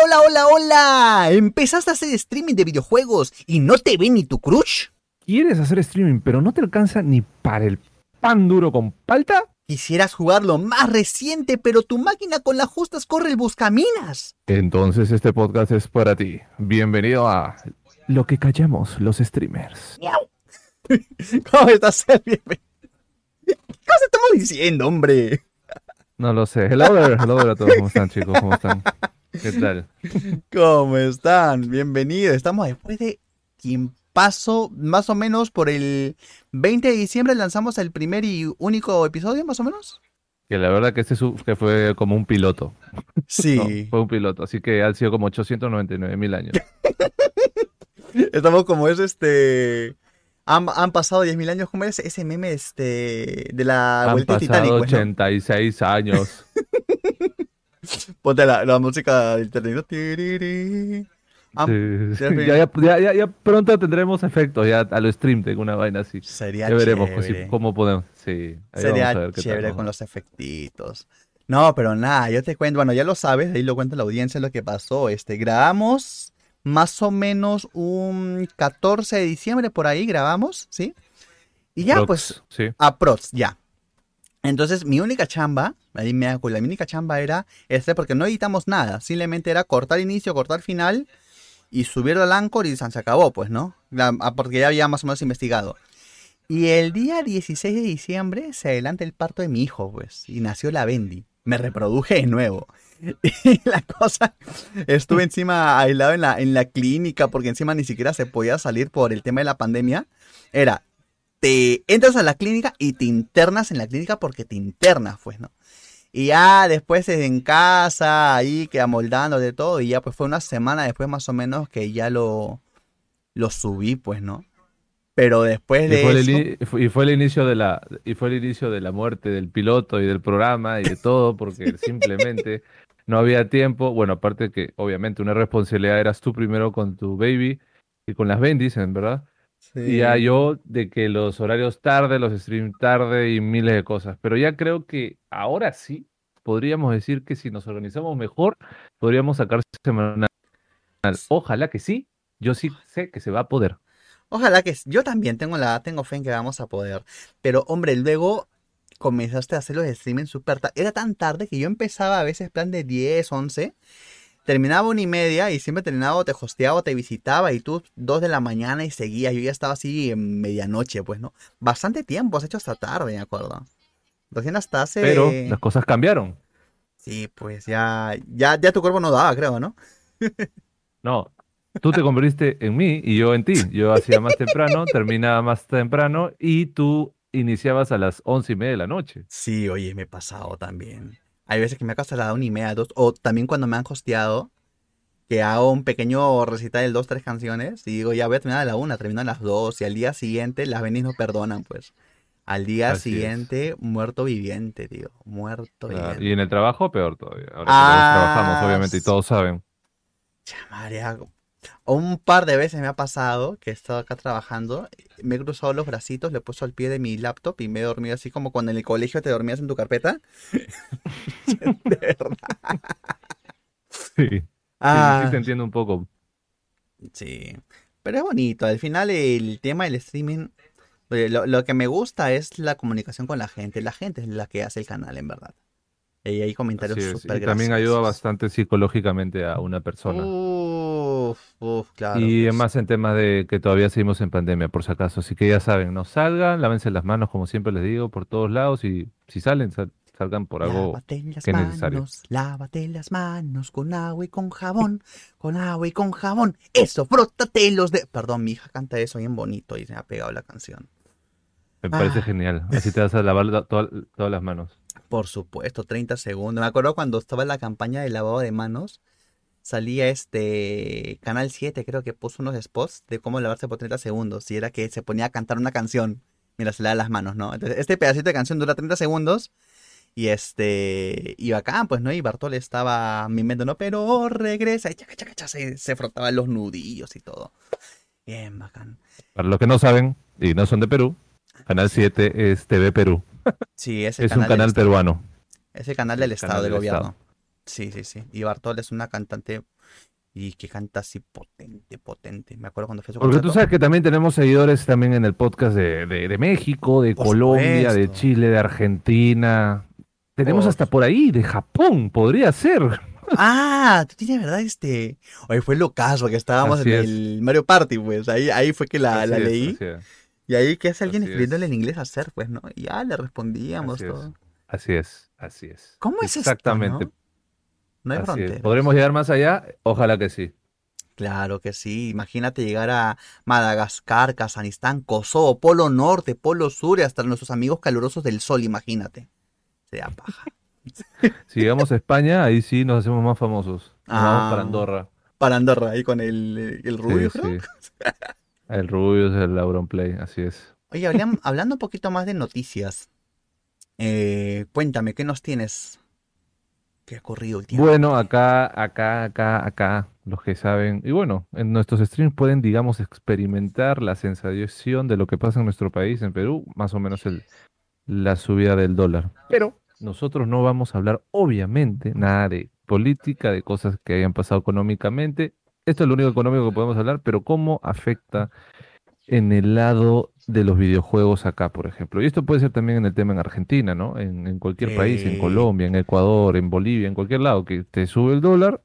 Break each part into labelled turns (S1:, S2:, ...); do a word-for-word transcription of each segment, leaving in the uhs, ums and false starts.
S1: hola, hola, hola. ¿Empezaste a hacer streaming de videojuegos y no te ve ni tu crush?
S2: ¿Quieres hacer streaming pero no te alcanza ni para el pan duro con palta?
S1: ¿Quisieras jugar lo más reciente pero tu máquina con las justas corre el buscaminas?
S2: Entonces este podcast es para ti. Bienvenido a Lo que callamos los streamers.
S1: Miau. ¿Cómo estás, Sergio? ¿Qué cosa estamos diciendo, hombre?
S2: No lo sé. Hello there, hello there a todos. ¿Cómo están, chicos? ¿Cómo están? ¿Qué tal?
S1: ¿Cómo están? Bienvenidos. Estamos después de paso, más o menos por el veinte de diciembre lanzamos el primer y único episodio, más o menos.
S2: Que la verdad que este su- que fue como un piloto.
S1: Sí.
S2: No, fue un piloto, así que han sido como ochocientos noventa y nueve mil años.
S1: Estamos como es este... Han, han pasado diez mil años, ¿cómo es ese meme este, de la
S2: Han
S1: vuelta de
S2: pasado
S1: Titanic? Pues, ¿no?
S2: ochenta y seis años.
S1: Ponte la, la música del Titanic, ¿no? Tiriri. Ah,
S2: Sí, sí.
S1: Sergio,
S2: Ya, ya, ya, ya- ya pronto tendremos efectos ya a lo stream de una vaina así.
S1: sería
S2: Ya veremos pues, si-
S1: chévere.
S2: cómo podemos. Sí, ahí
S1: Sería
S2: vamos a ver qué tal,
S1: chévere
S2: ¿no?
S1: con los efectitos. No, pero nada, yo te cuento, bueno, ya lo sabes, ahí lo cuenta la audiencia lo que pasó. Este, grabamos más o menos un catorce de diciembre por ahí, grabamos, ¿sí? Y ya,
S2: Prox,
S1: pues,
S2: sí.
S1: aprox, ya. Entonces, mi única chamba, ahí me hago, la mi única chamba era, este, porque no editamos nada, simplemente era cortar inicio, cortar final y subirlo al Anchor y se acabó, pues, ¿no? La- ah, porque ya había más o menos investigado. Y el día dieciséis de diciembre se adelanta el parto de mi hijo, pues, y nació la Bendy. Me reproduje de nuevo. Y la cosa, estuve encima aislado en la, en la clínica porque encima ni siquiera se podía salir por el tema de la pandemia. Era, te entras a la clínica y te internas en la clínica porque te internas, pues, ¿no? Y ya después en casa, ahí que amoldando de todo, y ya pues fue una semana después más o menos que ya lo, lo subí, pues, ¿no? Pero después
S2: Y
S1: de
S2: fue el,
S1: eso...
S2: ini- y fue y fue el inicio de la y fue el inicio de la muerte del piloto y del programa y de todo porque simplemente no había tiempo. Bueno, aparte que obviamente una responsabilidad eras tú primero con tu baby y con las bendis, en verdad. Y ya
S1: Sí.
S2: yo de que los horarios tarde, los stream tarde y miles de cosas. Pero ya creo que ahora sí podríamos decir que si nos organizamos mejor, podríamos sacar semanal. Ojalá que sí. Yo sí sé que se va a poder.
S1: Ojalá que s- yo también tengo la tengo fe en que vamos a poder. Pero hombre, luego comenzaste a hacer los streaming súper tarde. Era tan tarde que yo empezaba a veces plan de diez once. Terminaba una y media y siempre terminaba o te hosteaba o te visitaba y tú dos de la mañana y seguías. Yo ya estaba así en medianoche, pues, ¿no? Bastante tiempo, has hecho hasta tarde, me acuerdo. Recién hasta
S2: Pero las
S1: hace...
S2: cosas cambiaron.
S1: Sí, pues ya, ya, ya tu cuerpo no daba, creo, ¿no?
S2: No, tú te convertiste en mí y yo en ti. Yo hacía más temprano, terminaba más temprano y tú iniciabas a las once y media de la noche.
S1: Sí, oye, me he pasado también. Hay veces que me ha costado a la una y media, dos, o también cuando me han hosteado, que hago un pequeño recital de dos, tres canciones, y digo, ya voy a terminar a la una, termino a las dos, y al día siguiente las venis no perdonan, pues. Al día
S2: Así es.
S1: siguiente, muerto viviente, tío, muerto
S2: Claro,
S1: viviente.
S2: y en el trabajo peor todavía. Ahora que los dos trabajamos,
S1: Ah,
S2: obviamente, y todos saben.
S1: chamaria. Un par de veces me ha pasado que he estado acá trabajando, me he cruzado los bracitos, le he puesto al pie de mi laptop y me he dormido así como cuando en el colegio te dormías en tu carpeta. De verdad.
S2: Sí, sí, sí
S1: Ah,
S2: te entiendo un poco.
S1: sí. Pero es bonito. Al final el tema del streaming, eh, lo, lo que me gusta es la comunicación con la gente. La gente es la que hace el canal, en verdad. Y hay
S2: Así
S1: comentarios
S2: es.
S1: súper
S2: Y también ayuda
S1: graciosos.
S2: bastante psicológicamente a una persona.
S1: Uf, uf, claro
S2: Y
S1: que
S2: es
S1: sí.
S2: más en temas de que todavía seguimos en pandemia, por si acaso. Así que ya saben, no salgan, lávense las manos, como siempre les digo, por todos lados. Y si salen, sal- salgan por algo
S1: Lávate las
S2: que es necesario.
S1: manos, lávate las manos con agua y con jabón, con agua y con jabón. Eso, frótate los de... Perdón, mi hija canta eso bien bonito y se me ha pegado la canción.
S2: Me parece
S1: Ah,
S2: genial. Así te vas a lavar la- toda- todas las manos.
S1: por supuesto, treinta segundos. Me acuerdo cuando estaba en la campaña de lavado de manos, salía este Canal siete, creo que puso unos spots de cómo lavarse por treinta segundos. Y era que se ponía a cantar una canción mientras se lava las manos, ¿no? Entonces, este pedacito de canción dura treinta segundos. Y este. Y bacán, pues, ¿no? Y Bartol estaba mimendo, ¿no? Pero regresa. Y chaca, chaca, chaca, se, se frotaban los nudillos y todo. Bien, bacán.
S2: Para los que no saben y no son de Perú, Canal
S1: Sí,
S2: siete es T V Perú.
S1: sí, es el
S2: Es un
S1: canal del
S2: canal
S1: Estado.
S2: peruano.
S1: Es el canal
S2: Sí,
S1: del Estado,
S2: canal
S1: del
S2: del Estado.
S1: gobierno. Sí, sí, sí. Y Bartol es una cantante y que canta así potente, potente. Me acuerdo cuando fue su
S2: Porque tú
S1: concierto.
S2: sabes que también tenemos seguidores también en el podcast de, de, de México, de
S1: Por
S2: Colombia, de
S1: supuesto.
S2: Chile, de Argentina. Tenemos
S1: Por...
S2: hasta por ahí, de Japón, podría ser.
S1: Ah, tú tienes verdad este. Oye, fue locazo que estábamos en
S2: Así es,
S1: el Mario Party, pues. Ahí, ahí fue que la,
S2: así
S1: la
S2: es,
S1: leí.
S2: así es,
S1: Y ahí que hace alguien
S2: así
S1: escribiéndole
S2: es,
S1: en inglés a hacer, pues, ¿no? Y ya le respondíamos
S2: así es,
S1: todo.
S2: así es, así es.
S1: ¿Cómo es esto,
S2: Exactamente,
S1: no? No hay
S2: así es.
S1: fronteras.
S2: ¿Podremos llegar más allá? Ojalá que sí.
S1: Claro que sí. Imagínate llegar a Madagascar, Kazajistán, Kosovo, Polo Norte, Polo Sur y hasta nuestros amigos calurosos del Sol, imagínate. Sería paja.
S2: Si llegamos a España, ahí sí nos hacemos más famosos. Nos vamos para
S1: Ah,
S2: Andorra.
S1: para Andorra, ahí con el, el
S2: Sí,
S1: rubio, creo.
S2: sí. El Rubius, el Auronplay, así es.
S1: Oye, hablan- hablando un poquito más de noticias, eh, cuéntame, ¿qué nos tienes? ¿Qué ha ocurrido
S2: Bueno,
S1: últimamente?
S2: acá, acá, acá, acá, los que saben, y bueno, en nuestros streams pueden, digamos, experimentar la sensación de lo que pasa en nuestro país, en Perú, más o menos el, la subida del dólar. Pero nosotros no vamos a hablar, obviamente, nada de política, de cosas que hayan pasado económicamente. Esto es lo único económico que podemos hablar, pero cómo afecta en el lado de los videojuegos acá, por ejemplo. Y esto puede ser también en el tema en Argentina, ¿no? En, en cualquier país, en
S1: Eh,
S2: Colombia, en Ecuador, en Bolivia, en cualquier lado, que te sube el dólar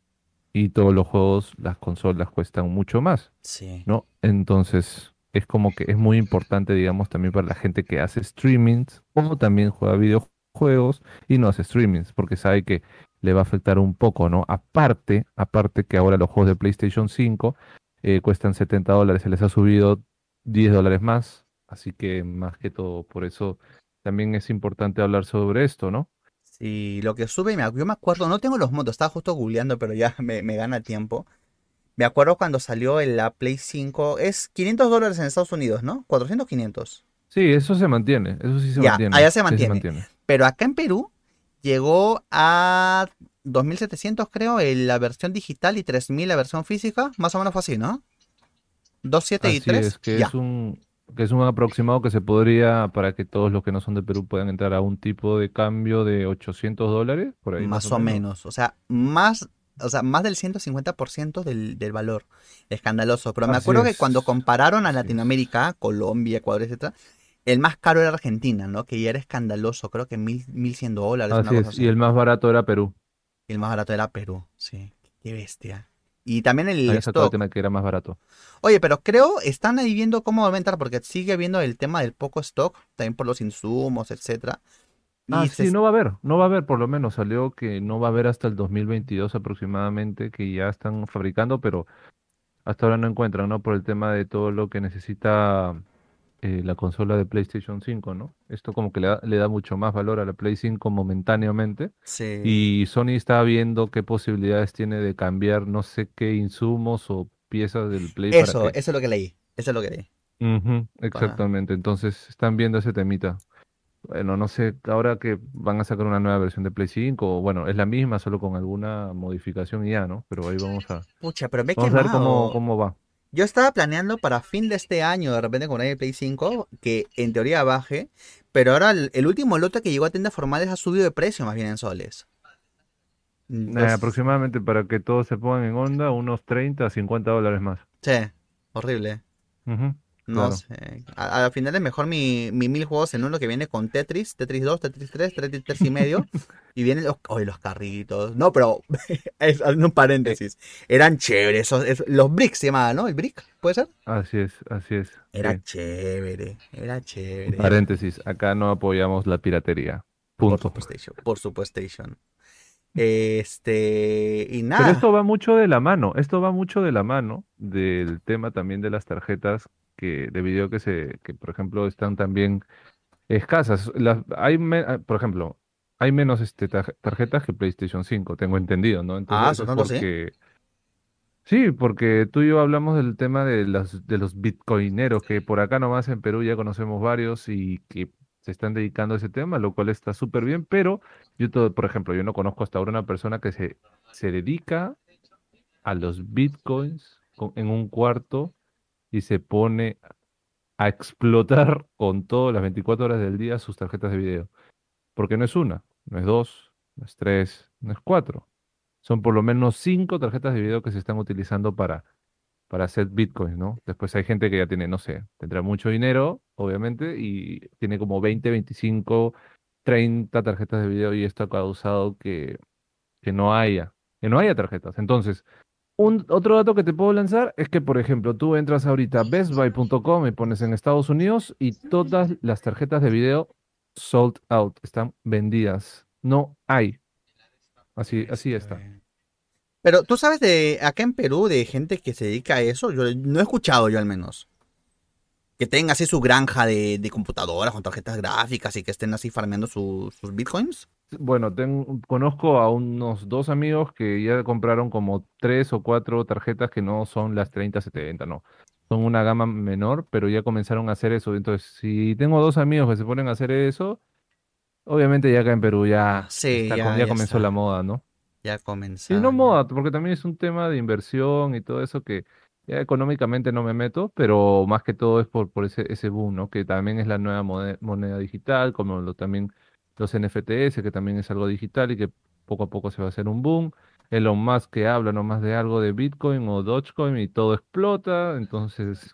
S2: y todos los juegos, las consolas cuestan mucho más,
S1: sí.
S2: ¿no? Entonces, es como que es muy importante, digamos, también para la gente que hace streamings o también juega videojuegos y no hace streamings, porque sabe que le va a afectar un poco, ¿no? Aparte, aparte que ahora los juegos de PlayStation cinco eh, cuestan setenta dólares, se les ha subido diez dólares más, así que más que todo, por eso también es importante hablar sobre esto, ¿no?
S1: Sí, lo que sube, me, yo me acuerdo, no tengo los montos, estaba justo googleando, pero ya me, me gana tiempo. Me acuerdo cuando salió el la Play cinco, es quinientos dólares en Estados Unidos, ¿no? Cuatrocientos, quinientos.
S2: Sí, eso se mantiene, eso sí se
S1: Ya,
S2: mantiene,
S1: allá se
S2: sí se
S1: mantiene.
S2: mantiene.
S1: Pero acá en Perú llegó a dos mil setecientos, creo, en la versión digital y tres mil la versión física. Más o menos fue así, ¿no? Dos siete y
S2: Así
S1: tres,
S2: es, que es
S1: ya.
S2: un, que es un aproximado que se podría, para que todos los que no son de Perú puedan entrar a un tipo de cambio de ochocientos dólares, por ahí más o
S1: Más o
S2: menos.
S1: menos. O sea, más, o sea, más del ciento cincuenta por ciento del, del valor. Escandaloso. Pero me
S2: Así
S1: acuerdo que cuando
S2: es,
S1: compararon a
S2: así es.
S1: Latinoamérica, Colombia, Ecuador, etcétera, el más caro era Argentina, ¿no? Que ya era escandaloso. Creo que mil, mil cien dólares, una
S2: Así
S1: cosa
S2: es, y
S1: así.
S2: el más barato era Perú.
S1: Y el más barato era Perú, sí. Qué bestia. Y también el
S2: Había sacado el
S1: stock.
S2: tema de que era más barato.
S1: Oye, pero creo, están ahí viendo cómo aumentar, porque sigue habiendo el tema del poco stock, también por los insumos, etcétera.
S2: Ah,
S1: Y se...
S2: sí, no va a haber, no va a haber, por lo menos salió que no va a haber hasta el dos mil veintidós aproximadamente, que ya están fabricando, pero hasta ahora no encuentran, ¿no? Por el tema de todo lo que necesita eh, la consola de PlayStation cinco, ¿no? Esto como que le da, le da mucho más valor a la Play cinco momentáneamente.
S1: se-
S2: Y Sony está viendo qué posibilidades tiene de cambiar no sé qué insumos o piezas del Play para
S1: Eso,
S2: que...
S1: eso es lo que leí. Eso es lo que leí.
S2: Ujú,
S1: Para...
S2: exactamente, entonces están viendo ese temita. Bueno, no sé, ahora que van a sacar una nueva versión de Play cinco, o bueno, es la misma, solo con alguna modificación y ya, ¿no? Pero ahí vamos a,
S1: Pucha, pero me he
S2: vamos a ver cómo,
S1: quemado.
S2: cómo va.
S1: Yo estaba planeando para fin de este año, de repente con el Play cinco, que en teoría baje, pero ahora el, el último lote que llegó a tiendas formales ha subido de precio más bien en soles.
S2: Eh,
S1: Entonces,
S2: aproximadamente para que todos se pongan en onda, unos treinta a cincuenta dólares más.
S1: sí, horrible.
S2: Ujú,
S1: No
S2: claro.
S1: sé. A- Al final es mejor mi, mi mil juegos en uno que viene con Tetris, Tetris dos, Tetris tres, Tetris tres y medio. Y vienen los, oye, los carritos. No, pero es, haciendo un
S2: Eh,
S1: paréntesis. Eran chéveres. Esos, esos- los bricks se llamaban, ¿no? ¿El brick? ¿Puede ser?
S2: así es, así es,
S1: Era
S2: sí.
S1: chévere. Era chévere. Yo,
S2: Paréntesis, acá no apoyamos la piratería.
S1: por
S2: Punto.
S1: supuesto, por supuesto. Este. Y
S2: Pero
S1: nada.
S2: esto va mucho de la mano, esto va mucho de la mano del tema también de las tarjetas que, de video que se, que por ejemplo están también escasas. Las, hay me- ah, por ejemplo, hay menos este, tar- tarjetas que PlayStation cinco, tengo entendido, ¿no? Entonces
S1: Ah,
S2: eso
S1: ¿son
S2: es
S1: tanto sí?
S2: porque, sí, porque tú y yo hablamos del tema de los, de los bitcoineros, que por acá nomás en Perú ya conocemos varios y que se están dedicando a ese tema, lo cual está súper bien, pero yo, todo, por ejemplo, yo no conozco hasta ahora una persona que se, se dedica a los bitcoins con- en un cuarto y se pone a explotar con todo las veinticuatro horas del día sus tarjetas de video. Porque no es una, no es dos, no es tres, no es cuatro. Son por lo menos cinco tarjetas de video que se están utilizando para, para hacer bitcoins, ¿no? Después hay gente que ya tiene, no sé, tendrá mucho dinero, obviamente, y tiene como veinte, veinticinco, treinta tarjetas de video y esto ha causado que, que no haya, que no haya tarjetas. Entonces, un, otro dato que te puedo lanzar es que, por ejemplo, tú entras ahorita a best buy punto com y pones en Estados Unidos y todas las tarjetas de video sold out, están vendidas. No hay. Así, así está.
S1: Este, Pero tú sabes de acá en Perú de gente que se dedica a eso, yo no he escuchado yo al menos. Que tenga así su granja de, de computadoras con tarjetas gráficas y que estén así farmeando su- sus bitcoins.
S2: Bueno, ten- conozco a unos dos amigos que ya compraron como tres o cuatro tarjetas que no son las treinta setenta, no. Son una gama menor, pero ya comenzaron a hacer eso. Entonces, si tengo dos amigos que se ponen a hacer eso, obviamente ya acá en Perú ya
S1: Sí,
S2: está, com-
S1: ya,
S2: ya
S1: ya
S2: comenzó la
S1: está.
S2: moda, ¿no?
S1: Ya ha
S2: Y no
S1: comenzado ya.
S2: moda, porque también es un tema de inversión y todo eso que ya económicamente no me meto, pero más que todo es por, por ese, ese boom, ¿no? Que también es la nueva mode- moneda digital, como lo, también los N F T S, que también es algo digital y que poco a poco se va a hacer un boom. Elon Musk que habla nomás de algo de Bitcoin o Dogecoin y todo explota, entonces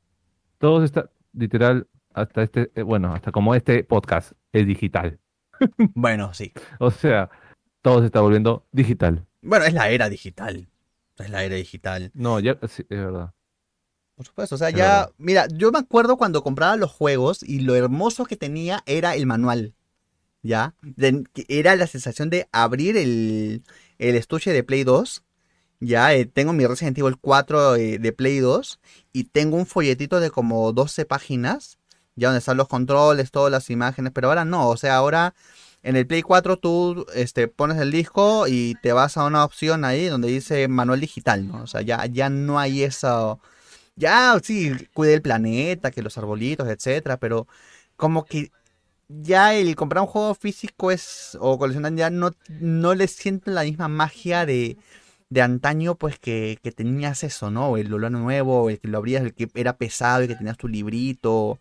S2: todo está literal hasta este, eh, bueno, hasta como este podcast es digital.
S1: Bueno, sí.
S2: O sea, todo se está volviendo digital.
S1: Bueno, es la era digital. Es la era digital.
S2: No, ya, sí, es verdad.
S1: Por supuesto, o sea,
S2: Es verdad.
S1: ya, mira, yo me acuerdo cuando compraba los juegos y lo hermoso que tenía era el manual, ¿ya? De- que era la sensación de abrir el, el estuche de Play dos. Ya, eh, tengo mi Resident Evil cuatro eh, de Play dos y tengo un folletito de como doce páginas, ya donde están los controles, todas las imágenes, pero ahora no, o sea, ahora en el Play cuatro tú este, pones el disco y te vas a una opción ahí donde dice manual digital, ¿no? O sea, ya, ya no hay eso, ya sí, cuide el planeta, que los arbolitos, etcétera, pero como que ya el comprar un juego físico es, o coleccionar ya no, no le sienten la misma magia de de antaño, pues que, que tenías eso, ¿no? El olor nuevo, el que lo abrías, el que era pesado y que tenías tu librito,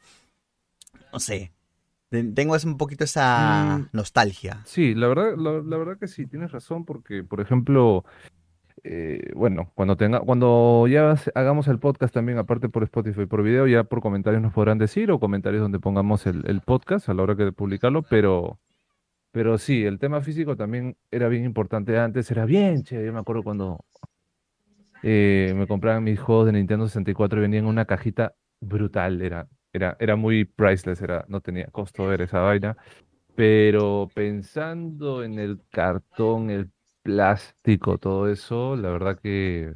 S1: no sé. Ten- Tengo es un poquito
S2: Mm,
S1: esa nostalgia.
S2: sí, la verdad, la, la verdad que sí, tienes razón, porque, por ejemplo, eh, bueno, cuando tenga, cuando ya se- hagamos el podcast también, aparte por Spotify y por video, ya por comentarios nos podrán decir, o comentarios donde pongamos el, el podcast a la hora que de publicarlo, pero, pero sí, el tema físico también era bien importante antes, era bien chévere. Yo me acuerdo cuando eh, me compraban mis juegos de Nintendo sesenta y cuatro y venían en una cajita brutal, era, era, era muy priceless, era, no tenía costo ver esa vaina. Pero pensando en el cartón, el plástico, todo eso, la verdad que,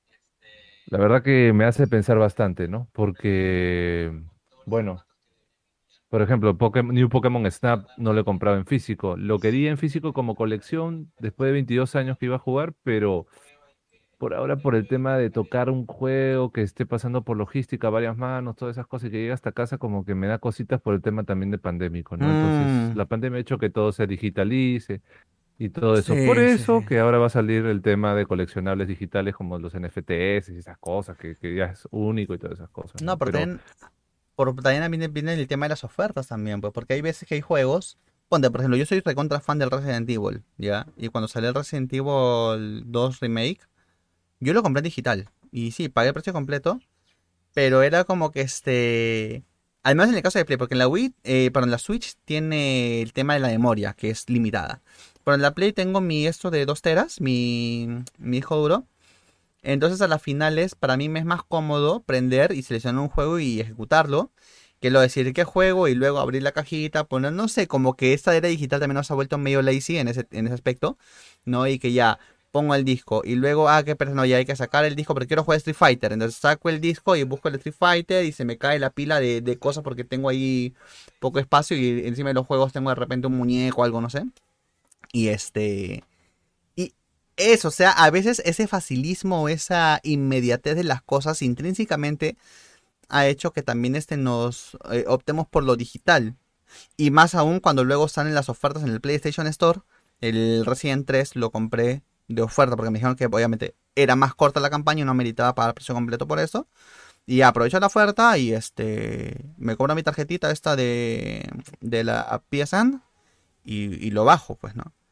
S2: la verdad que me hace pensar bastante, ¿no? Porque, bueno, por ejemplo, Pokémon- New Pokémon Snap no lo he comprado en físico. Lo quería en físico como colección después de veintidós años que iba a jugar, pero por ahora por el tema de tocar un juego que esté pasando por logística, varias manos, todas esas cosas y que llegue hasta casa, como que me da cositas por el tema también de pandémico, ¿no? Entonces,
S1: Mm,
S2: la pandemia ha hecho que todo se digitalice y todo eso. Por
S1: sí, sí,
S2: eso
S1: sí.
S2: que ahora va a salir el tema de coleccionables digitales como los N F T S y esas cosas, que, que ya es único y todas esas cosas,
S1: No,
S2: ¿no?
S1: pero
S2: Pero
S1: también, por, también viene, viene el tema de las ofertas también, pues, porque hay veces que hay juegos. Ponte, por ejemplo, yo soy recontra fan del Resident Evil, ¿ya? Y cuando salió el Resident Evil dos Remake, yo lo compré en digital. Y sí, pagué el precio completo. Pero era como que este. Al menos en el caso de Play, porque en la Wii, eh, perdón, la Switch tiene el tema de la memoria, que es limitada. Pero en la Play tengo mi esto de dos teras, mi, mi disco duro. Entonces a las finales, para mí me es más cómodo prender y seleccionar un juego y ejecutarlo. Que lo decir qué juego y luego abrir la cajita, poner, no sé, como que esta era digital también nos ha vuelto medio lazy en ese, en ese aspecto, ¿no? Y que ya pongo el disco y luego, ah, qué pereza, no, ya hay que sacar el disco porque quiero jugar Street Fighter. Entonces saco el disco y busco el Street Fighter y se me cae la pila de, de cosas porque tengo ahí poco espacio y encima de los juegos tengo de repente un muñeco o algo, no sé. Y este... Y eso, o sea, a veces ese facilismo o esa inmediatez de las cosas intrínsecamente ha hecho que también este nos eh, optemos por lo digital. Y más aún cuando luego salen las ofertas en el PlayStation Store. El Resident tres lo compré de oferta porque me dijeron que obviamente era más corta la campaña y no meritaba pagar el precio completo por eso. Y aprovecho la oferta y este me cobra mi tarjetita esta de, de la P S N y, y lo bajo, pues, ¿no?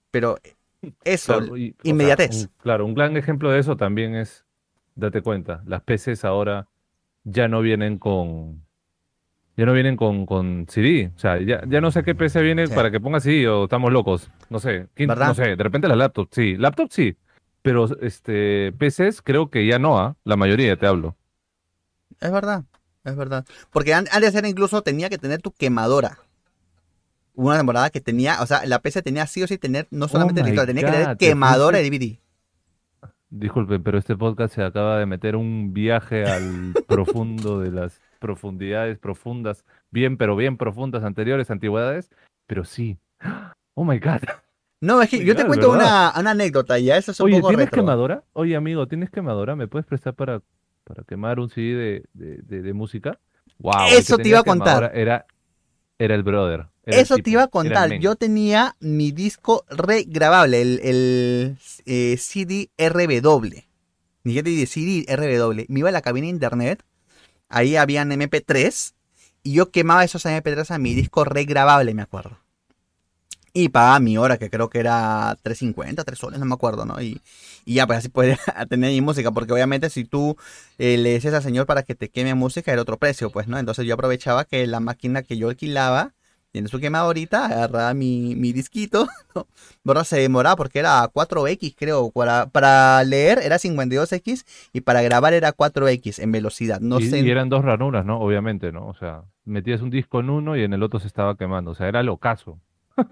S1: Pero eso,
S2: Claro, y, o sea,
S1: inmediatez.
S2: un, claro, un gran ejemplo de eso también es, date cuenta, las P Cs ahora ya no vienen con, ya no vienen con, con C D. O sea, ya, ya no sé qué P C viene
S1: Sí,
S2: para que ponga C D o estamos locos. No sé, quién- no
S1: ¿verdad?
S2: sé, de repente la laptop, sí, laptop sí, pero este P Cs creo que ya no, ¿ah? La mayoría te hablo.
S1: Es verdad, es verdad. Porque an- antes era incluso tenía que tener tu quemadora. Hubo una temporada que tenía, o sea, la P C tenía sí o sí tener no
S2: Oh
S1: solamente
S2: my
S1: lectora, tenía que tener
S2: God, te
S1: quemadora de
S2: fuiste.
S1: D V D.
S2: Disculpe, pero este podcast se acaba de meter un viaje al profundo de las profundidades profundas, bien, pero bien profundas anteriores, antigüedades, pero sí. Oh my God,
S1: No, es
S2: oh
S1: que
S2: my
S1: yo te
S2: God,
S1: cuento
S2: ¿verdad?
S1: una, una anécdota, ya eso es un
S2: Oye,
S1: poco
S2: ¿tienes
S1: retro.
S2: quemadora? Oye, amigo, ¿tienes quemadora? ¿Me puedes prestar para, para quemar un C D de, de, de- de música? Wow, el que
S1: Eso te iba
S2: tenía
S1: a
S2: quemadora
S1: contar.
S2: era, era el brother, era el
S1: Eso te iba
S2: tipo,
S1: a
S2: era el
S1: contar. Yo
S2: men.
S1: tenía mi disco regrabable, el, el eh, C D R W. Ni siquiera de C D R W. Me iba a la cabina de internet, ahí habían M P tres, y yo quemaba esos M P tres a mi disco regrabable, me acuerdo. Y pagaba mi hora, que creo que era tres cincuenta, tres soles, no me acuerdo, ¿no? Y, y ya, pues así podía tener mi música, porque obviamente si tú eh, le decías al señor para que te queme música era otro precio, pues, ¿no? Entonces yo aprovechaba que la máquina que yo alquilaba, tiene su quemadorita, agarraba mi, mi disquito, ¿no? Bueno, se demoraba porque era cuatro equis, creo. Para, para leer era cincuenta y dos equis y para grabar era cuatro equis en velocidad. No
S2: Y,
S1: sé,
S2: y
S1: en-
S2: eran dos ranuras, ¿no? Obviamente, ¿no? O sea, metías un disco en uno y en el otro se estaba quemando. O sea, era el ocaso.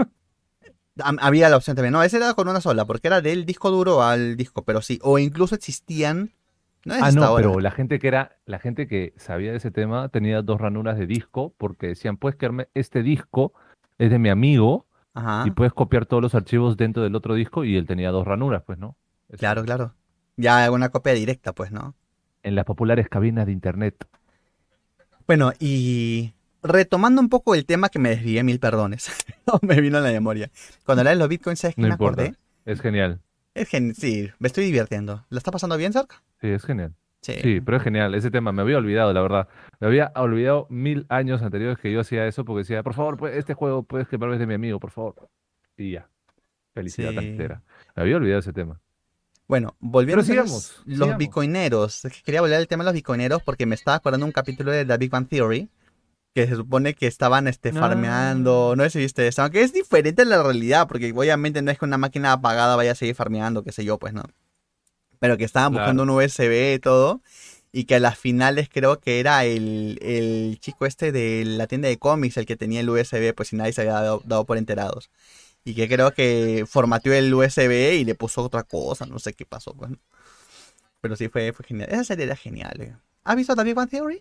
S1: ha- había la opción también. No, ese era con una sola, porque era del disco duro al disco, pero sí. O incluso existían, no es
S2: Ah,
S1: hasta
S2: no,
S1: ahora.
S2: pero la gente que era, la gente que sabía de ese tema tenía dos ranuras de disco porque decían, puedes quedarme este disco, es de mi amigo, y
S1: Ajá,
S2: puedes copiar todos los archivos dentro del otro disco y él tenía dos ranuras, pues, ¿no?
S1: claro,
S2: Eso.
S1: claro. Ya una copia directa, pues, ¿no?
S2: En las populares cabinas de internet.
S1: Bueno, y retomando un poco el tema que me desvié, mil perdones. No me vino a la memoria. Cuando hablaba de los bitcoins, ¿sabes qué
S2: No
S1: me acordé?
S2: importa. Es genial.
S1: Es que sí, me estoy divirtiendo. ¿Lo está pasando bien, Sark?
S2: Sí, es genial.
S1: Sí.
S2: Sí, pero es genial. Ese tema me había olvidado, la verdad. Me había olvidado mil años anteriores que yo hacía eso porque decía, por favor, pues, este juego puedes quemarme de mi amigo, por favor. Y ya. Felicidad
S1: Sí.
S2: entera. Me había olvidado ese tema.
S1: Bueno,
S2: Pero
S1: volviendo entonces,
S2: sigamos,
S1: los
S2: sigamos.
S1: bitcoineros. Es que quería volver al tema de los bitcoineros porque me estaba acordando de un capítulo de The Big Bang Theory que se supone que estaban este,
S2: Ah,
S1: farmeando. No sé si viste eso, aunque es diferente a la realidad porque obviamente no es que una máquina apagada vaya a seguir farmeando, qué sé yo, pues no. Pero que estaban buscando un
S2: claro.
S1: U S B y todo. Y que a las finales creo que era el, el chico este de la tienda de cómics el que tenía el U S B, pues si nadie se había dado, dado por enterados. Y que creo que formateó el U S B y le puso otra cosa, no sé qué pasó, pues. Pero sí fue, fue genial. Esa serie era genial, eh. ¿Has visto The Big Bang Theory?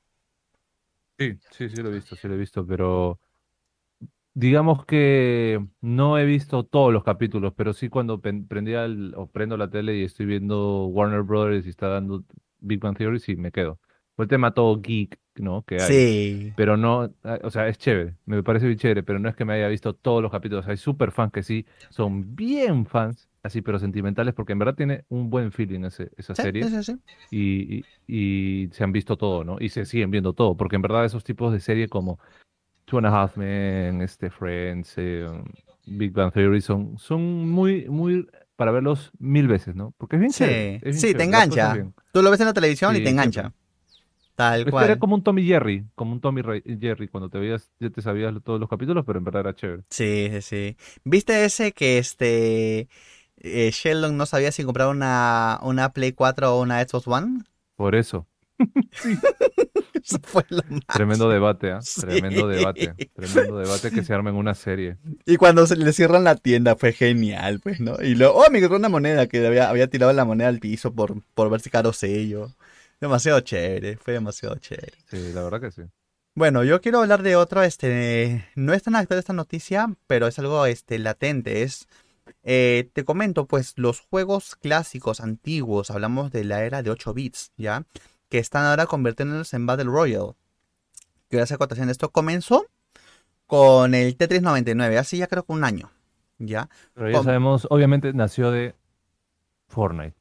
S2: Sí, sí, sí lo he visto, sí lo he visto, pero digamos que no he visto todos los capítulos, pero sí cuando pen- prendía el- o prendo la tele y estoy viendo Warner Brothers y está dando Big Bang Theory, sí me quedo. Fue el tema todo geek, ¿no? Que hay.
S1: Sí.
S2: Pero no, ah, o sea, es chévere, me parece bien chévere, pero no es que me haya visto todos los capítulos. Hay super fans que sí, son bien fans, así, pero sentimentales, porque en verdad tiene un buen feeling ese, esa
S1: Sí, sí,
S2: serie
S1: sí, sí.
S2: y, y, y se han visto todo, ¿no? Y se siguen viendo todo, porque en verdad esos tipos de serie como Two and a Half Men, este, Friends, eh, Big Bang Theory son, son muy, muy para verlos mil veces, ¿no? Porque es bien chévere,
S1: Sí,
S2: es bien
S1: sí, te
S2: chévere, las cosas
S1: engancha.
S2: bien.
S1: Tú lo ves en la televisión y te
S2: Sí, siempre.
S1: engancha. Tal
S2: Es que era
S1: cual.
S2: como un Tommy Jerry, como un Tommy Re- Jerry, cuando te veías, ya te sabías todos los capítulos, pero en verdad era chévere.
S1: Sí, sí, sí. ¿Viste ese que este eh, Sheldon no sabía si comprar una, una Play cuatro o una Xbox One?
S2: Por eso. Sí.
S1: Eso fue lo
S2: Tremendo
S1: máximo.
S2: debate, ¿ah?
S1: Sí.
S2: Tremendo debate. Tremendo debate que se arma en una serie.
S1: Y cuando se le cierran la tienda fue genial, pues, ¿no? Y luego, oh, me encontré una moneda que había, había tirado la moneda al piso por, por ver si caro sello. Demasiado chévere, fue demasiado chévere.
S2: Sí, la verdad que sí.
S1: Bueno, yo quiero hablar de otro, este, no es tan actual esta noticia, pero es algo, este, latente. Es, eh, te comento, pues, los juegos clásicos, antiguos, hablamos de la era de ocho bits, ¿ya? Que están ahora convirtiéndose en Battle Royale. Quiero hacer acotación de esto. Comenzó con el Tetris noventa y nueve, así ya creo que un año, ¿ya?
S2: Pero ya
S1: Com-
S2: sabemos, obviamente nació de Fortnite,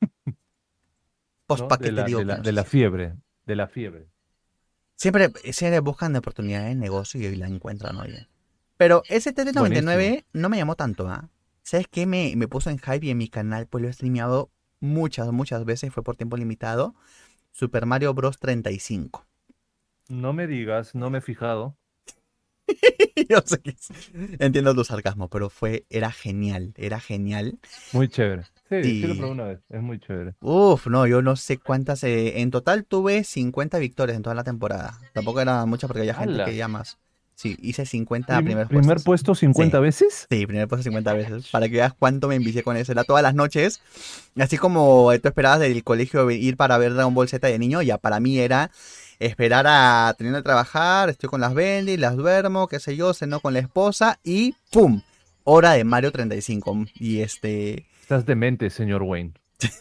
S1: Pues,
S2: ¿no?
S1: ¿para qué
S2: De
S1: te
S2: la,
S1: digo
S2: de
S1: que
S2: la,
S1: no
S2: de
S1: sé
S2: la
S1: si?
S2: fiebre, de la fiebre.
S1: Siempre, siempre buscan oportunidades de negocio y la encuentran, oye. Pero ese Tetris
S2: Buenísimo.
S1: noventa y nueve no me llamó tanto, ¿ah? ¿Sabes qué? Me, me puso en hype y en mi canal pues lo he streameado muchas, muchas veces, fue por tiempo limitado. Super Mario Bros. treinta y cinco.
S2: No me digas, no me he fijado.
S1: Yo sé que es- entiendo tu sarcasmo, pero fue, era genial, era genial.
S2: Muy chévere. Sí, sí lo
S1: Sí.
S2: probé una vez. Es muy chévere.
S1: Uf, no, yo no sé cuántas. Eh, en total tuve cincuenta victorias en toda la temporada. Tampoco era muchas porque había gente que
S2: ¡Hala!
S1: ya más. Sí, hice cincuenta
S2: Prim-
S1: primeros
S2: ¿primer
S1: puestos.
S2: puesto cincuenta
S1: Sí,
S2: veces?
S1: sí, primer puesto cincuenta veces. Para que veas cuánto me envicié con eso. Era todas las noches. Así como tú esperabas del colegio ir para ver Dragon Ball Z de niño, ya para mí era esperar a tener que trabajar. Estoy con las Bendy, las duermo, qué sé yo, ceno con la esposa y ¡pum! Hora de Mario treinta y cinco. Y este.
S2: Estás demente, señor Wayne.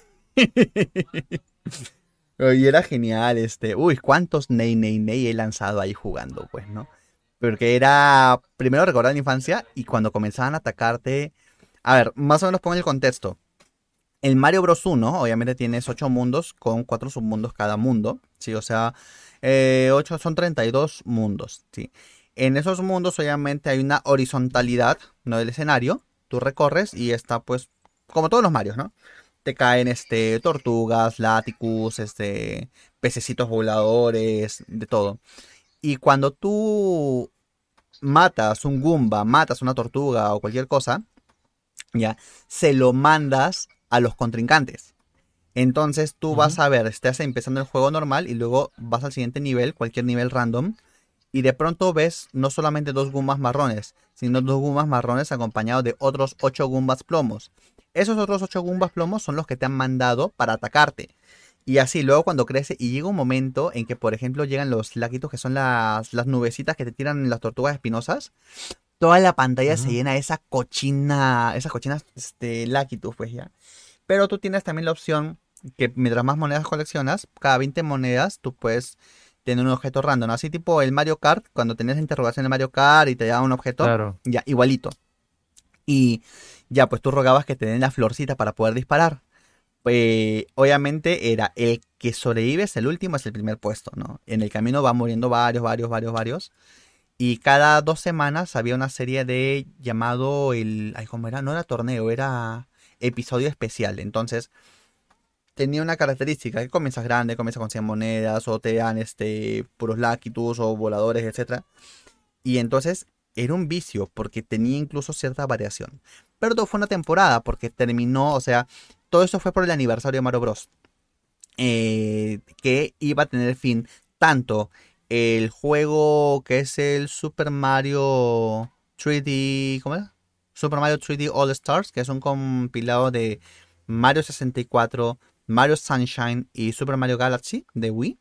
S1: Y era genial, este. Uy, cuántos Ney Ney Ney he lanzado ahí jugando, pues, ¿no? Porque era primero recordar la infancia y cuando comenzaban a atacarte. A ver, más o menos pongo el contexto. El Mario Bros. uno, obviamente, tienes ocho mundos con cuatro submundos cada mundo, ¿sí? O sea, eh, ocho son treinta y dos mundos, ¿sí? En esos mundos, obviamente, hay una horizontalidad, ¿no? Del escenario. Tú recorres y está, pues, como todos los Marios, ¿no? Te caen, este, tortugas, laticus, este, pececitos voladores, de todo. Y cuando tú matas un Goomba, matas una tortuga o cualquier cosa, ya, se lo mandas a los contrincantes. Entonces tú vas
S2: Ujú.
S1: a ver, estás empezando el juego normal y luego vas al siguiente nivel, cualquier nivel random, y de pronto ves no solamente dos Goombas marrones, sino dos Goombas marrones acompañados de otros ocho Goombas plomos. Esos otros ocho Goombas plomos son los que te han mandado para atacarte. Y así, luego cuando crece y llega un momento en que, por ejemplo, llegan los laquitos, que son las, las nubecitas que te tiran las tortugas espinosas, toda la pantalla se
S2: Ujú.
S1: llena de esa cochina, esas cochinas, este, laquitus, pues ya. Pero tú tienes también la opción que mientras más monedas coleccionas, cada veinte monedas tú puedes tener un objeto random. Así tipo el Mario Kart, cuando tenías interrogación de Mario Kart y te daba un objeto,
S2: Claro.
S1: ya, igualito. Y ya, pues tú rogabas que te den la florcita para poder disparar. Pues obviamente era el que sobrevive es el último, es el primer puesto, ¿no? En el camino van muriendo varios, varios, varios, varios. Y cada dos semanas había una serie de llamado el. Ay, ¿cómo era? No era torneo, era episodio especial. Entonces, tenía una característica que comienzas grande, comienzas con cien monedas, o te dan este puros lakitus o voladores, etcétera. Y entonces era un vicio, porque tenía incluso cierta variación. Pero todo fue una temporada, porque terminó, o sea, todo eso fue por el aniversario de Mario Bros. Eh, que iba a tener fin tanto el juego que es el Super Mario tres D, ¿cómo es? Super Mario tres D All Stars, que es un compilado de Mario sesenta y cuatro, Mario Sunshine y Super Mario Galaxy de Wii.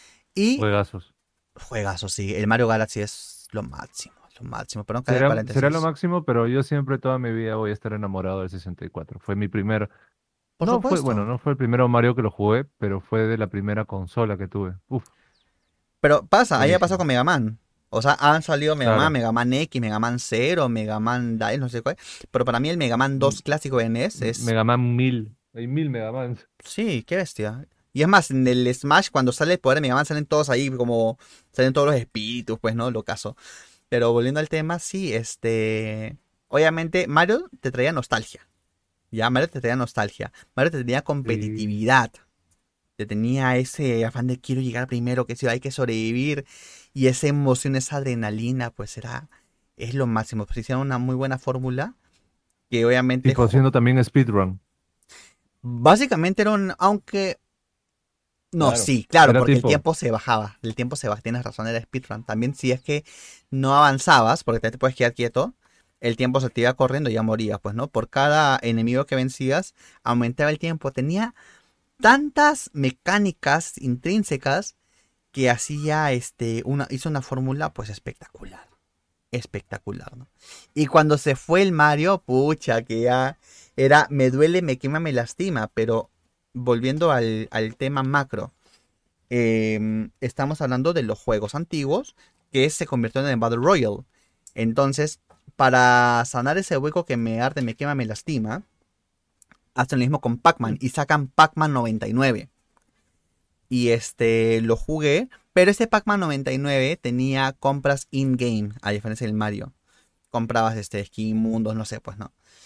S1: Y
S2: Juegazos.
S1: juegazo, sí, el Mario Galaxy es lo máximo, lo máximo. Perdón que haga
S2: Será, será lo
S1: paréntesis.
S2: máximo, pero yo siempre toda mi vida voy a estar enamorado del sesenta y cuatro. Fue mi primer.
S1: Por
S2: No fue, bueno,
S1: supuesto.
S2: no fue el primero Mario que lo jugué, pero fue de la primera consola que tuve. Uf,
S1: Pero pasa, ahí ha pasado
S2: buenísimo.
S1: con Mega Man. O sea, han salido Mega Man,
S2: Claro.
S1: Mega Man X, Mega Man Zero, Mega Man Dice, no sé cuál. Pero para mí el Mega Man
S2: M-
S1: dos clásico de N E S es.
S2: Mega Man mil. Hay mil Mega Mans.
S1: Sí, qué bestia. Y es más, en el Smash, cuando sale el poder de Mega Man, salen todos ahí como. Salen todos los espíritus, pues, ¿no? Lo caso. Pero volviendo al tema, sí, este. Obviamente, Mario te traía nostalgia. Ya, Mario te traía nostalgia. Mario te tenía
S2: Sí.
S1: competitividad. Te tenía ese afán de quiero llegar primero, que si hay que sobrevivir. Y esa emoción, esa adrenalina, pues era. Es lo máximo. Pues hicieron una muy buena fórmula. Que obviamente.
S2: Tipo
S1: jo-
S2: haciendo también speedrun.
S1: Básicamente era un. Aunque. No,
S2: Claro.
S1: sí, claro,
S2: Era
S1: porque el
S2: tipo.
S1: tiempo se bajaba. El tiempo se bajaba. Tienes razón, era speedrun. También si es que no avanzabas, porque te puedes quedar quieto. El tiempo se te iba corriendo y ya morías, pues, ¿no? Por cada enemigo que vencías, aumentaba el tiempo. Tenía tantas mecánicas intrínsecas que hacía este una hizo una fórmula pues espectacular, espectacular, ¿no? Y cuando se fue el Mario, pucha, que ya era me duele, me quema, me lastima, pero volviendo al, al tema macro, eh, estamos hablando de los juegos antiguos que se convirtieron en Battle Royale. Entonces, para sanar ese hueco que me arde, me quema, me lastima, hacen lo mismo con Pac-Man y sacan Pac-Man noventa y nueve. Y este lo jugué, pero ese Pac-Man noventa y nueve tenía compras in-game, a diferencia del Mario. Comprabas este skin, mundos, no sé, pues no.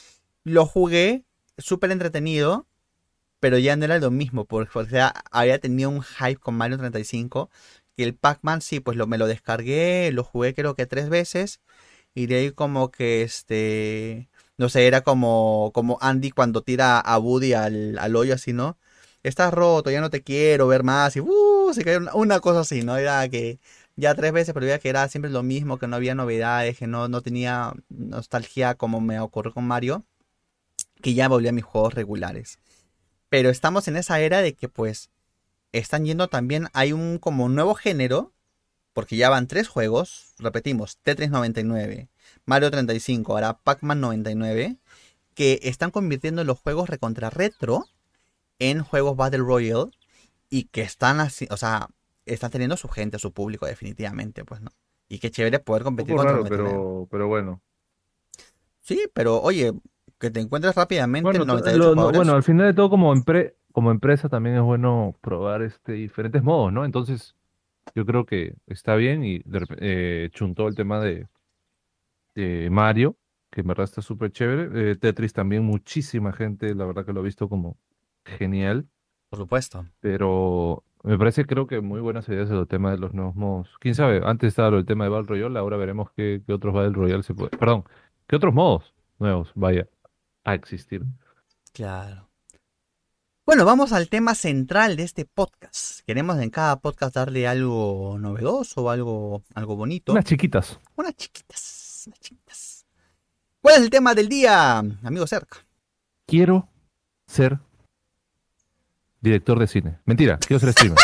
S1: Lo jugué, súper entretenido, pero ya no era lo mismo, porque o sea, había tenido un hype con Mario treinta y cinco, que el Pac-Man sí, pues lo, me lo descargué, lo jugué creo que tres veces, y de ahí como que este, no sé, era como, como Andy cuando tira a Woody al, al hoyo así, ¿no? Estás roto, ya no te quiero ver más, y uh, se cae una, una cosa así, ¿no? Era que ya tres veces, pero veía que era siempre lo mismo, que no había novedades, que no, no tenía nostalgia como me ocurrió con Mario, que ya volví a mis juegos regulares. Pero estamos en esa era de que pues están yendo también, hay un como nuevo género, porque ya van tres juegos, repetimos, Tetris noventa y nueve, Mario treinta y cinco, ahora Pac-Man noventa y nueve, que están convirtiendo los juegos recontra retro en juegos Battle Royale y que están así, o sea, están teniendo su gente, su público definitivamente, pues, ¿no? Y qué chévere poder
S2: Un
S1: competir
S2: poco
S1: contra el
S2: raro,
S1: noventa y nueve.
S2: pero, pero bueno.
S1: Sí, pero oye, que te encuentres rápidamente
S2: Bueno,
S1: el
S2: to-
S1: noventa y ocho
S2: lo- no- bueno,
S1: jugadores.
S2: al final de todo como empre- como empresa también es bueno probar este diferentes modos, ¿no? Entonces, yo creo que está bien y de rep- eh, chuntó el tema de, de Mario, que en verdad está súper chévere. Eh, Tetris también muchísima gente, la verdad que lo ha visto como genial,
S1: Por supuesto.
S2: pero me parece creo que muy buenas ideas el tema de los nuevos modos. ¿Quién sabe? Antes estaba lo del tema de Battle Royale, ahora veremos qué, qué otros Battle Royale se puede, perdón, qué otros modos nuevos vaya a existir.
S1: Claro. Bueno, vamos al tema central de este podcast. Queremos en cada podcast darle algo novedoso, algo, algo bonito.
S2: Unas chiquitas.
S1: Unas chiquitas, unas chiquitas. ¿Cuál es el tema del día, amigo Cerca?
S2: Quiero ser director de cine. Mentira, quiero ser streamer.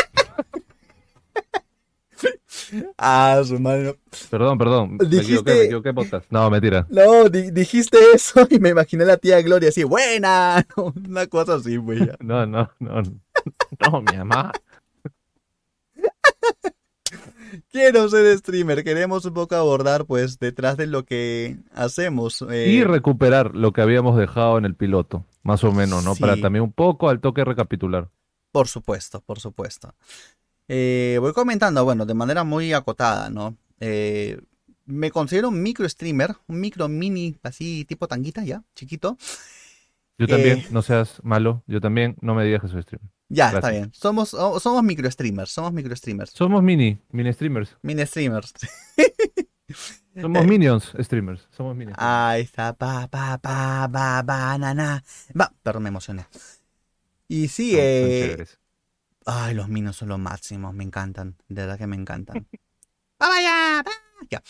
S1: Ah, su madre.
S2: Perdón, perdón, me equivoqué, me
S1: Dijiste,
S2: equivoqué, podcast. No, mentira.
S1: no, di- dijiste eso y me imaginé a la tía Gloria así, buena, una cosa así, güey. Ya.
S2: No, no, no, no, mi mamá.
S1: Quiero ser streamer, queremos un poco abordar, pues, detrás de lo que hacemos.
S2: Y
S1: Eh,
S2: recuperar lo que habíamos dejado en el piloto, más o menos, ¿no? Para
S1: sí,
S2: también un poco al toque recapitular.
S1: por supuesto, por supuesto. Eh, voy comentando, bueno, de manera muy acotada, ¿no? Eh, me considero un micro streamer, un micro mini, así tipo tanguita, ya, chiquito.
S2: Yo
S1: Eh,
S2: también, no seas malo, yo también, no me digas que soy streamer.
S1: ya, está
S2: Gracias.
S1: bien. Somos, oh, somos micro streamers, somos micro streamers.
S2: Somos mini, mini streamers.
S1: Mini streamers.
S2: Somos
S1: Eh,
S2: minions streamers. Somos mini streamers.
S1: ahí está, pa, pa, pa, ba, banana. Va, perdón, me emocioné. Y sí,
S2: Son, son
S1: eh,
S2: chéveres.
S1: ay, los minos son los máximos, me encantan, de verdad que me encantan. ¡Va, vaya! ¡Va! Ya.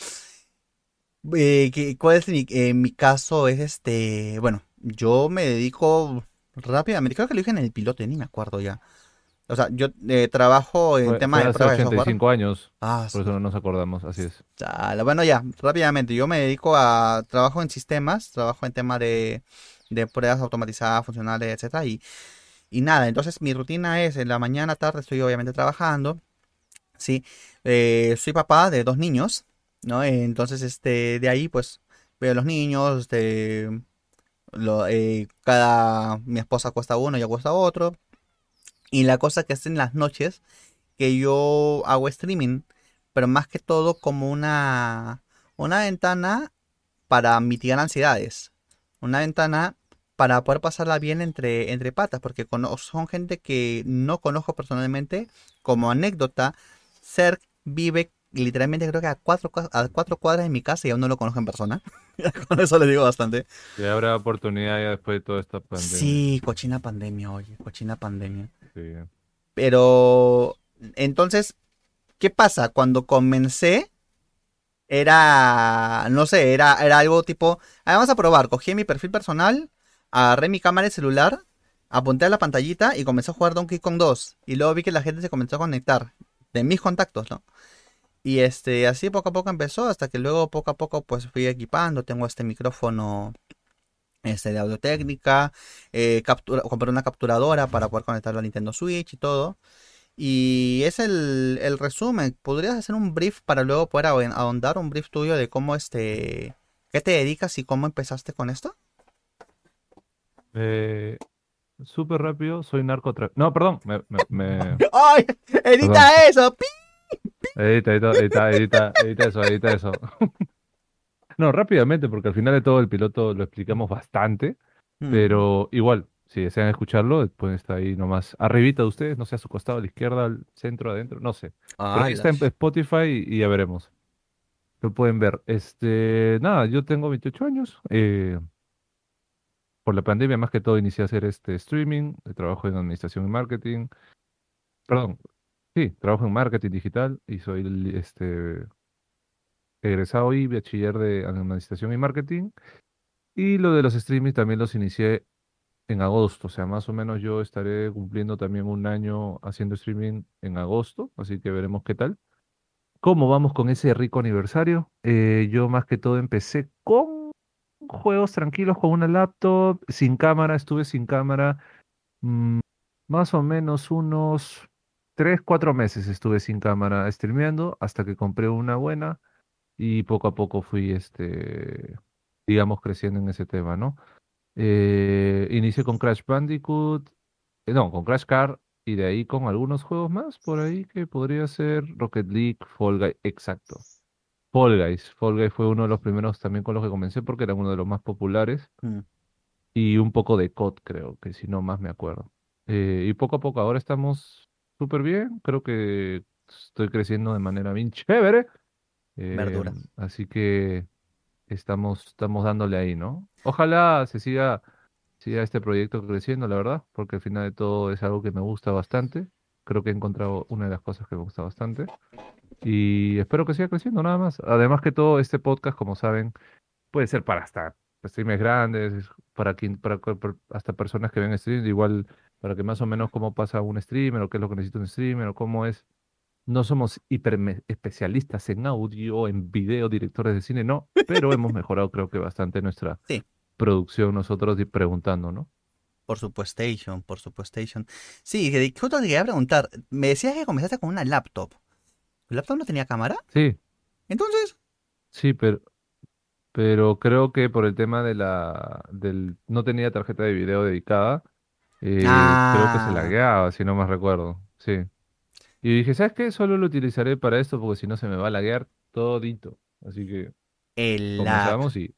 S1: Eh, ¿qué- ¿cuál es mi, eh, mi caso? Es este, bueno, yo me dedico rápidamente, creo que lo dije en el piloto, ni me acuerdo ya. O sea, yo eh, trabajo en
S2: Fue,
S1: temas
S2: fue
S1: de
S2: hace
S1: pruebas de
S2: ochenta y
S1: software.
S2: cinco años,
S1: Ah,
S2: por eso no nos acordamos, así es.
S1: chala. Bueno, ya, rápidamente, yo me dedico a, trabajo en sistemas, trabajo en tema de, de pruebas automatizadas, funcionales, etcétera, y, y nada, entonces mi rutina es en la mañana, tarde, estoy obviamente trabajando, sí, eh, soy papá de dos niños, ¿no? Entonces, este, de ahí, pues, veo a los niños, este, lo, eh, cada, mi esposa acuesta a uno y acuesta a otro, y la cosa que es en las noches, que yo hago streaming, pero más que todo como una, una ventana para mitigar ansiedades, una ventana para poder pasarla bien entre, entre patas, porque cono- son gente que no conozco personalmente. Como anécdota, Cerc vive literalmente creo que a cuatro, cua- a cuatro cuadras de mi casa y aún no lo conozco en persona. Con eso le digo bastante.
S2: Y habrá oportunidad ya después de toda esta pandemia.
S1: Sí, cochina pandemia, oye, cochina pandemia.
S2: Sí.
S1: Pero entonces, ¿qué pasa? Cuando comencé, era, no sé, era, era algo tipo, "Ah, vamos a probar, cogí mi perfil personal, agarré mi cámara de celular, apunté a la pantallita y comencé a jugar Donkey Kong dos. Y luego vi que la gente se comenzó a conectar, de mis contactos, ¿no? Y este, así poco a poco empezó, hasta que luego poco a poco pues fui equipando, tengo este micrófono este, de audio técnica, eh, captura, compré una capturadora para poder conectarlo a Nintendo Switch y todo. Y es el, el resumen. ¿Podrías hacer un brief para luego poder ahon- ahondar un brief tuyo de cómo este, qué te dedicas y cómo empezaste con esto?
S2: Eh, súper rápido, soy narcotraficante. No, perdón, me, me, me-
S1: ¡Ay!
S2: perdón.
S1: ¡Edita eso! ¡Pi!
S2: Edita, edita, edita, edita, edita eso, edita eso. No, rápidamente, porque al final de todo el piloto lo explicamos bastante.
S1: Mm.
S2: Pero igual, si desean escucharlo, pueden estar ahí nomás arribita de ustedes, no sé, a su costado, a la izquierda, al centro, adentro, no sé. Pero ahí
S1: Ay,
S2: está en
S1: Dash.
S2: Spotify y, y ya veremos. Lo pueden ver. Este, nada, yo tengo veintiocho años. Eh, por la pandemia, más que todo, inicié a hacer este streaming. eh, Trabajo en administración y marketing. Perdón, sí, trabajo en marketing digital y soy el, este, egresado y bachiller de administración y marketing. Y lo de los streaming también los inicié en agosto, o sea, más o menos yo estaré cumpliendo también un año haciendo streaming en agosto, así que veremos qué tal. ¿Cómo vamos con ese rico aniversario? Eh, yo más que todo empecé con juegos tranquilos con una laptop, sin cámara, estuve sin cámara, mm, más o menos unos tres, cuatro meses estuve sin cámara streameando hasta que compré una buena y poco a poco fui, este, digamos, creciendo en ese tema, ¿no? Eh, inicié con Crash Bandicoot, eh, no, con Crash Car y de ahí con algunos juegos más por ahí que podría ser Rocket League, Fall Guys, exacto. Fall Guys, Fall Guys fue uno de los primeros también con los que comencé porque era uno de los más populares
S1: Mm.
S2: y un poco de C O D creo, que si no más me acuerdo. Eh, y poco a poco ahora estamos súper bien, creo que estoy creciendo de manera bien chévere, eh,
S1: Verdura.
S2: así que estamos, estamos dándole ahí, ¿no? Ojalá se siga siga este proyecto creciendo, la verdad, porque al final de todo es algo que me gusta bastante. Creo que he encontrado una de las cosas que me gusta bastante. Y espero que siga creciendo, nada más. Además que todo este podcast, como saben, puede ser para hasta streamers grandes, es para quien, para, cu- per- hasta personas que ven streams, igual para que más o menos cómo pasa un streamer, o qué es lo que necesita un streamer, o cómo es. No somos hiper me- especialistas en audio, en video, directores de cine, no, pero hemos mejorado creo que bastante nuestra
S1: Sí,
S2: producción nosotros y preguntando, ¿no?
S1: por supuestation, por supuestation. Sí, que- justo te quería preguntar. Me decías que comenzaste con una laptop. ¿Tu laptop no tenía cámara?
S2: Sí,
S1: Entonces.
S2: sí, pero, pero creo que por el tema de la, del, no tenía tarjeta de video dedicada, eh, creo que se
S1: Ah,
S2: lagueaba, si no más recuerdo, sí. Y dije, ¿sabes qué? Solo lo utilizaré para esto porque si no se me va a laguear todito. Así que
S1: el lag.
S2: comenzamos y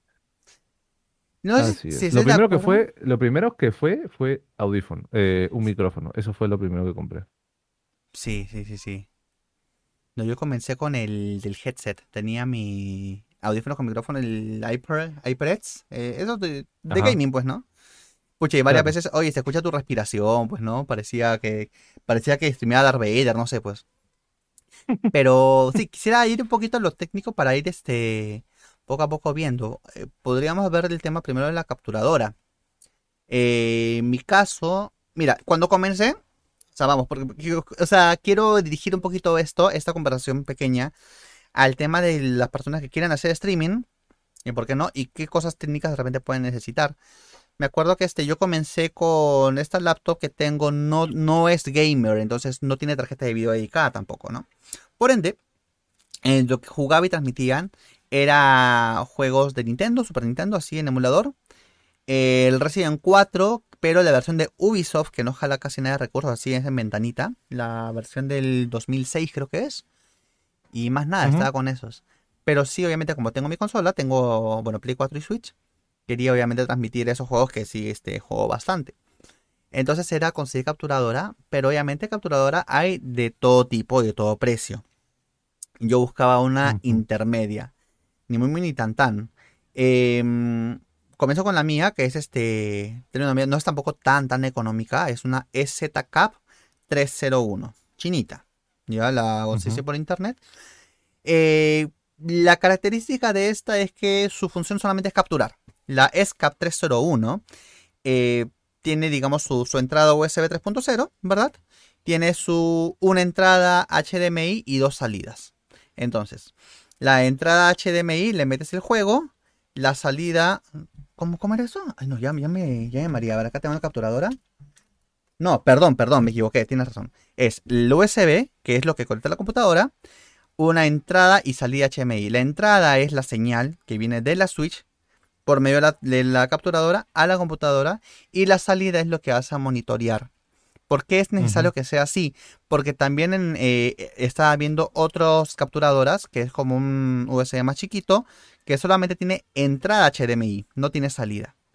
S1: No sé
S2: así
S1: si
S2: es. Lo
S1: estás de
S2: primero que
S1: acuerdo.
S2: fue, lo primero que fue, fue audífono, eh, un micrófono. Eso fue lo primero que compré.
S1: Sí, sí, sí, sí. No, yo comencé con el del headset. Tenía mi audífono con micrófono, el Hyper, HyperX. Eh, eso de, de
S2: Ajá,
S1: gaming, pues, ¿no? Pucha, y varias
S2: claro.
S1: veces, oye, se escucha tu respiración, pues, ¿no? Parecía que, parecía que streameaba Darth Vader, no sé, pues. Pero sí, quisiera ir un poquito a lo técnico para ir, este, poco a poco viendo. Eh, podríamos ver el tema primero de la capturadora. Eh, en mi caso, mira, cuando comencé, o sea, vamos, porque, yo- o sea, quiero dirigir un poquito esto, esta conversación pequeña, al tema de las personas que quieren hacer streaming, y por qué no, y qué cosas técnicas de repente pueden necesitar. Me acuerdo que este, yo comencé con esta laptop que tengo, no, no es gamer, entonces no tiene tarjeta de video dedicada tampoco, ¿no? Por ende, eh, lo que jugaba y transmitían era juegos de Nintendo, Super Nintendo, así en emulador. Eh, el Resident cuatro, pero la versión de Ubisoft, que no jala casi nada de recursos, así es en ventanita. La versión del dos mil seis creo que es. Y más nada,
S2: Ujú.
S1: estaba con esos. Pero sí, obviamente, como tengo mi consola, tengo, bueno, Play cuatro y Switch. Quería obviamente transmitir esos juegos que sí, este, juego bastante. Entonces era conseguir capturadora, pero obviamente capturadora hay de todo tipo y de todo precio. Yo buscaba una
S2: Ujú.
S1: intermedia, ni muy muy ni tan tan. Em, Comienzo con la mía, que es este, tiene una- no es tampoco tan tan económica, es una E Z Cap trescientos uno, chinita. Ya la conseguí
S2: Ujú.
S1: por internet. Eh, la característica de esta es que su función solamente es capturar. La S C A P trescientos uno eh, tiene, digamos, su, su entrada U S B tres punto cero, ¿verdad? Tiene su, una entrada H D M I y dos salidas. Entonces, la entrada H D M I le metes el juego, la salida... ¿Cómo, cómo era eso? Ay, no, ya, ya me, ya me maría. A ver, acá tengo la capturadora. No, perdón, perdón, me equivoqué, tienes razón. Es el U S B, que es lo que conecta la computadora, una entrada y salida H D M I. La entrada es la señal que viene de la Switch por medio de la, de la capturadora a la computadora y la salida es lo que vas a monitorear. ¿Por qué es necesario
S2: Ujú.
S1: que sea así? Porque también en, eh, estaba viendo otras capturadoras, que es como un U S B más chiquito, que solamente tiene entrada H D M I, no tiene salida.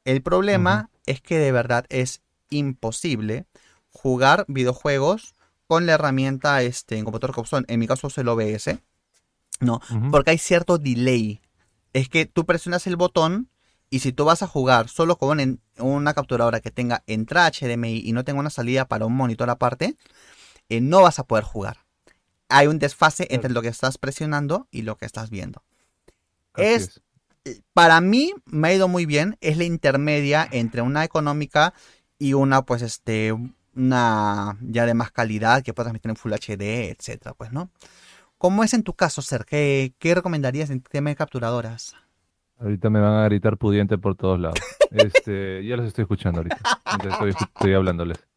S1: El
S2: Ujú,
S1: problema es que de verdad es imposible jugar videojuegos con la herramienta este, en computador que son, en mi caso es el O B S, ¿no?
S2: ujú.
S1: Porque hay cierto delay. Es que tú presionas el botón y si tú vas a jugar solo con un- una capturadora que tenga entrada H D M I y no tenga una salida para un monitor aparte, eh, no vas a poder jugar. Hay un desfase entre
S2: Claro,
S1: lo que estás presionando y lo que estás viendo.
S2: así
S1: Es,
S2: es.
S1: para mí me ha ido muy bien, es la intermedia entre una económica y una, pues, este, una ya de más calidad que puedas meter en Full H D, etcétera, pues, ¿no? ¿Cómo es en tu caso, Ser? ¿Qué, qué recomendarías en tema de capturadoras?
S2: Ahorita me van a gritar pudiente por todos lados. Este, ya los estoy escuchando ahorita, mientras estoy, escu- estoy hablándoles.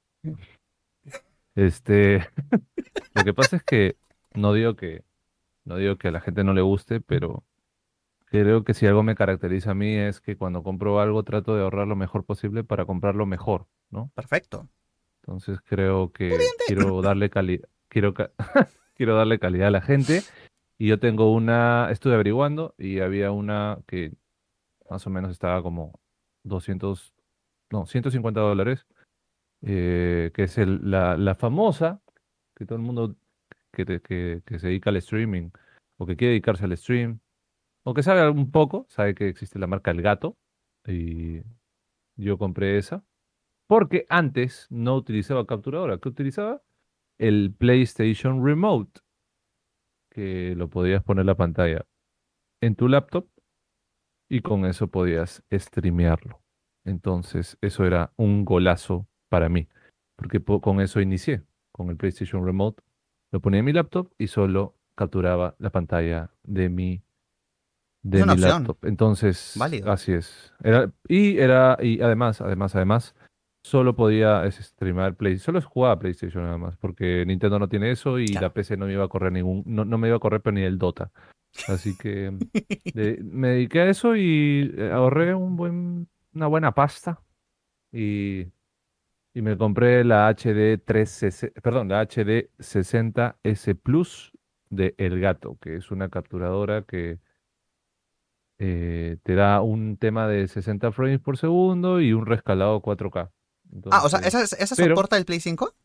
S2: Este, lo que pasa es que no digo que, no digo que a la gente no le guste, pero creo que si algo me caracteriza a mí es que cuando compro algo trato de ahorrar lo mejor posible para comprarlo mejor, ¿no?
S1: Perfecto.
S2: Entonces creo que quiero darle calidad, quiero, ca- quiero darle calidad a la gente. Y yo tengo una, estuve averiguando y había una que más o menos estaba como doscientos no, ciento cincuenta dólares, eh, que es el, la, la famosa, que todo el mundo que, te- que, que se dedica al streaming o que quiere dedicarse al stream o que sabe un poco, sabe que existe la marca El Gato y yo compré esa porque antes no utilizaba capturadora, que utilizaba el PlayStation Remote, que lo podías poner la pantalla en tu laptop y con eso podías streamearlo. Entonces, eso era un golazo para mí, porque po- con eso inicié, con el PlayStation Remote. Lo ponía en mi laptop y solo capturaba la pantalla de mi,
S1: Es
S2: de
S1: una
S2: mi
S1: opción.
S2: laptop. Entonces,
S1: Válido.
S2: así es. Era, y era, y además, además, además, solo podía es, streamar Play, solo jugaba PlayStation nada más, porque Nintendo no tiene eso y
S1: Claro.
S2: la P C no me iba a correr ningún, no, no me iba a correr pero ni el Dota. Así que de- me dediqué a eso y eh, ahorré un buen, una buena pasta y, y me compré la H D trescientos sesenta, perdón, la H D sesenta S Plus de El Gato, que es una capturadora que eh, te da un tema de sesenta frames por segundo y un rescalado cuatro K.
S1: Ah, o sea, ¿esa,
S2: Entonces,
S1: esa
S2: pero
S1: soporta el Play cinco?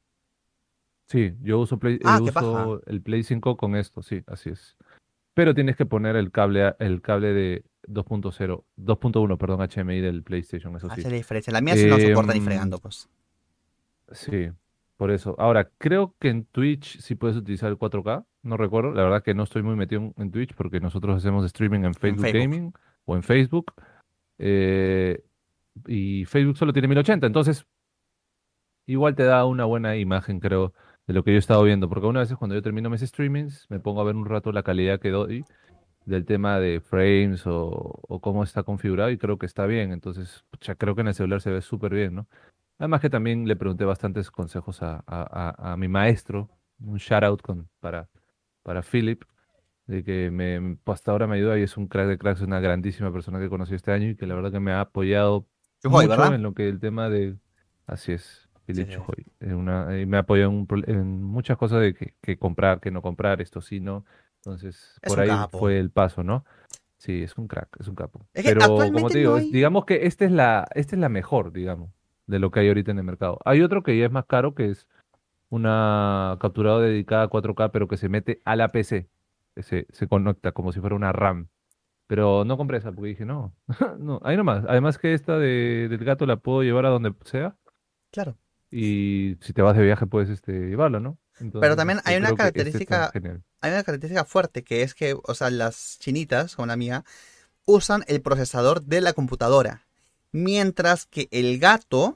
S2: sí, yo uso Play, eh,
S1: Ah, qué paja.
S2: uso el Play cinco con esto, sí, así es. Pero tienes que poner el cable, a- el cable de dos punto cero, dos punto uno, perdón, H M I del PlayStation, eso sí.
S1: Hace la diferencia. La mía sí no soporta ni
S2: Em,
S1: fregando, pues.
S2: sí, por eso. Ahora, creo que en Twitch sí puedes utilizar el cuatro K, no recuerdo. La verdad que no estoy muy metido en, en Twitch porque nosotros hacemos streaming en
S1: En
S2: Facebook
S1: Facebook.
S2: Gaming o en Facebook. eh, y Facebook solo tiene mil ochenta, entonces igual te da una buena imagen, creo, de lo que yo he estado viendo. Porque una vez cuando yo termino mis streamings, me pongo a ver un rato la calidad que doy del tema de frames o, o cómo está configurado y creo que está bien. Entonces, pucha, creo que en el celular se ve súper bien, ¿no? Además que también le pregunté bastantes consejos a, a- a- a mi maestro, un shout out con, para, para Philip, de que me, pues, hasta ahora me ayuda y es un crack de cracks, una grandísima persona que conocí este año y que la verdad que me ha apoyado
S1: Chujoy,
S2: mucho
S1: ¿verdad?
S2: en lo que el tema de... Así es,
S1: Sí,
S2: Philip
S1: sí.
S2: Chujoy. En una, eh, me ha apoyado en, un pro- en muchas cosas de que, que comprar, que no comprar, esto sí, no. Entonces,
S1: Es
S2: por
S1: un
S2: ahí
S1: capo.
S2: fue el paso, ¿no? Sí, es un crack, es un capo.
S1: Es que
S2: Pero como
S1: actualmente
S2: te
S1: no
S2: digo, es-
S1: hay.
S2: digamos que esta es la, esta es la mejor, digamos, de lo que hay ahorita en el mercado. Hay otro que ya es más caro, que es una capturadora dedicada a cuatro K, pero que se mete a la P C. Que Se, se conecta como si fuera una RAM. Pero no compré esa porque dije, no, no, ahí nomás. Además que esta de, del gato la puedo llevar a donde sea
S1: Claro.
S2: y si te vas de viaje puedes este, llevarla, ¿no?
S1: Pero
S2: Entonces,
S1: también hay
S2: este,
S1: una
S2: creo que este está
S1: característica.
S2: genial.
S1: Hay una característica fuerte que es que, o sea, las chinitas, como la mía, usan el procesador de la computadora. Mientras que el gato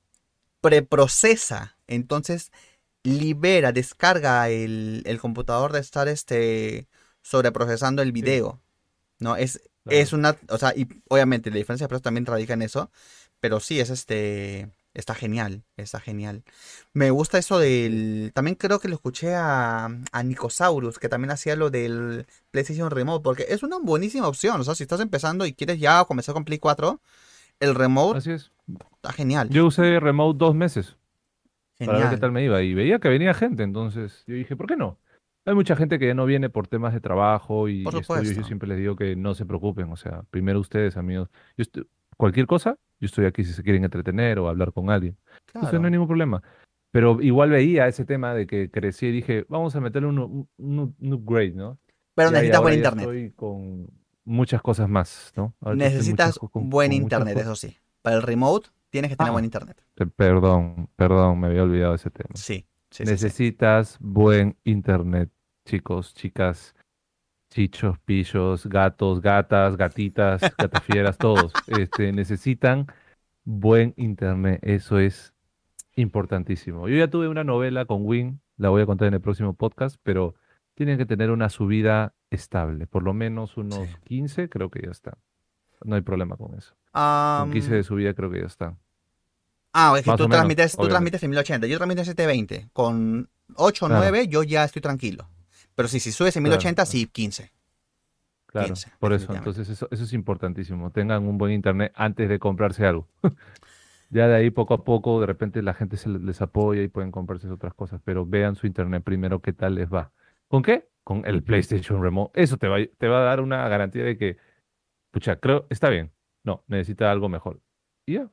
S1: preprocesa. Entonces libera, descarga el, el computador de estar este sobreprocesando el
S2: Sí,
S1: video. ¿No? Es, es
S2: claro.
S1: una. O sea, y obviamente la diferencia de precios también radica en eso. Pero sí, es este. Está genial, está genial. Me gusta eso
S2: Sí.
S1: del. También creo que lo escuché a, a Nicosaurus, que también hacía lo del PlayStation Remote, porque es una buenísima opción. O sea, si estás empezando y quieres ya comenzar con Play cuatro, el Remote
S2: Así es.
S1: está genial.
S2: Yo usé Remote dos meses para ver qué
S1: Genial,
S2: tal me iba y veía que venía gente, entonces yo dije, ¿por qué no? Hay mucha gente que ya no viene por temas de trabajo y,
S1: por
S2: y estudios, yo
S1: supuesto.
S2: siempre les digo que no se preocupen, o sea, primero ustedes, amigos. Yo estu- cualquier cosa, yo estoy aquí si se quieren entretener o hablar con alguien. Entonces no hay
S1: Claro.
S2: ningún problema. Pero igual veía ese tema de que crecí y dije, vamos a meterle un, un, un- un upgrade, ¿no?
S1: Pero
S2: Ya, y
S1: necesitas buen
S2: ahora ya
S1: internet.
S2: estoy con muchas cosas más, ¿no? Ahorita estoy muchas,
S1: Necesitas
S2: co- con,
S1: buen
S2: con muchas
S1: internet,
S2: cosas.
S1: eso sí. Para el remote tienes que tener buen
S2: Ah,
S1: internet.
S2: pe- perdón, perdón, me había olvidado ese tema.
S1: Sí, sí, sí, sí.
S2: Necesitas buen internet, chicos, chicas, chichos, pillos, gatos, gatas, gatitas, gatafieras, todos. Este, necesitan buen internet. Eso es importantísimo. Yo ya tuve una novela con Win, la voy a contar en el próximo podcast, pero tienen que tener una subida estable, por lo menos
S1: Sí.
S2: unos quince, creo que ya está. No hay problema con eso. Con quince de
S1: Am,
S2: subida creo que ya está.
S1: ah, es que
S2: Más
S1: tú
S2: o menos,
S1: transmites, tú
S2: obviamente.
S1: transmites en mil ochenta, yo transmito en setecientos veinte. Con ocho o
S2: Claro,
S1: nueve yo ya estoy tranquilo. Pero sí, si subes en mil
S2: claro,
S1: ochenta
S2: claro.
S1: sí, quince.
S2: Claro,
S1: quince,
S2: por eso,
S1: definitivamente.
S2: entonces eso, eso es importantísimo. Tengan un buen internet antes de comprarse algo. Ya de ahí poco a poco, de repente la gente se le- les apoya y pueden comprarse otras cosas, pero vean su internet primero qué tal les va. ¿Con qué? Con el PlayStation Remote. Eso te va, a- te va a dar una garantía de que, pucha, creo, está bien. No, necesita algo mejor. Y ya.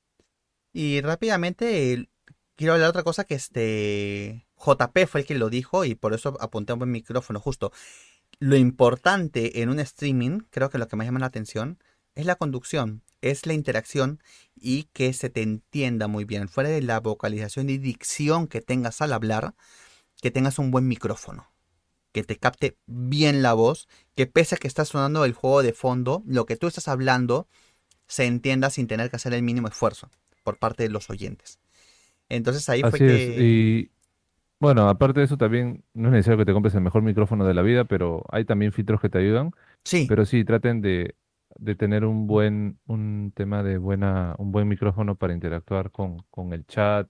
S1: Y rápidamente, el- quiero hablar de otra cosa que este J P fue el que lo dijo y por eso apunté a un buen micrófono justo. Lo importante en un streaming, creo que lo que más llama la atención, es la conducción, es la interacción y que se te entienda muy bien. Fuera de la vocalización y dicción que tengas al hablar, que tengas un buen micrófono, que te capte bien la voz, que pese a que está sonando el juego de fondo, lo que tú estás hablando se entienda sin tener que hacer el mínimo esfuerzo por parte de los oyentes. Entonces ahí fue
S2: Así es.
S1: que...
S2: Y bueno, aparte de eso también, no es necesario que te compres el mejor micrófono de la vida, pero hay también filtros que te ayudan.
S1: Sí,
S2: Pero sí, traten de, de tener un buen, un tema de buena, un buen micrófono para interactuar con, con el chat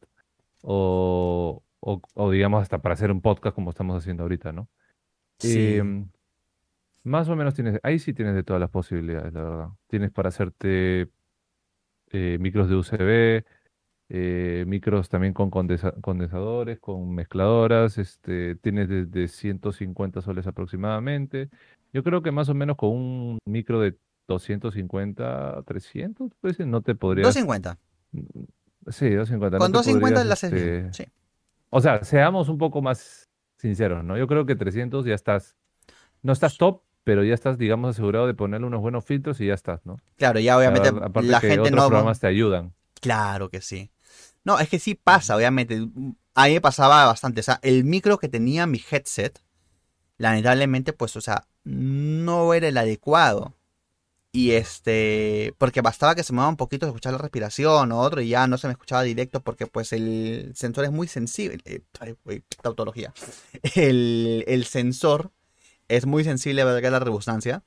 S2: o, o, o digamos hasta para hacer un podcast como estamos haciendo ahorita, ¿no?
S1: sí,
S2: Em, Más o menos tienes, ahí sí tienes de todas las posibilidades, la verdad. Tienes para hacerte eh, micros de U S B, eh, micros también con condensa- condensadores, con mezcladoras, este, tienes desde ciento cincuenta soles aproximadamente. Yo creo que más o menos con un micro de doscientos cincuenta, trescientos, pues no te
S1: doscientos
S2: podrías,
S1: cincuenta
S2: mm, sí, doscientos cincuenta, no
S1: Con
S2: te
S1: doscientos cincuenta
S2: podrías,
S1: la haces bien,
S2: este,
S1: sí.
S2: o sea, seamos un poco más sinceros, ¿no? Yo creo que trescientos ya estás, no estás top, pero ya estás, digamos, asegurado de ponerle unos buenos filtros y ya estás, ¿no?
S1: Claro, ya
S2: A-
S1: obviamente
S2: Aparte
S1: la
S2: que
S1: gente
S2: otros
S1: no...
S2: programas te ayudan.
S1: Claro que sí. No, es que sí pasa,
S2: Ujú.
S1: obviamente. A mí me pasaba bastante. O sea, el micro que tenía mi headset, lamentablemente, pues, o sea, no era el adecuado. Y este, porque bastaba que se mueva un poquito, escuchar la respiración o otro, y ya no se me escuchaba directo porque pues el sensor es muy sensible. Eh, ay, uy, tautología. El, el sensor es muy sensible a la redundancia.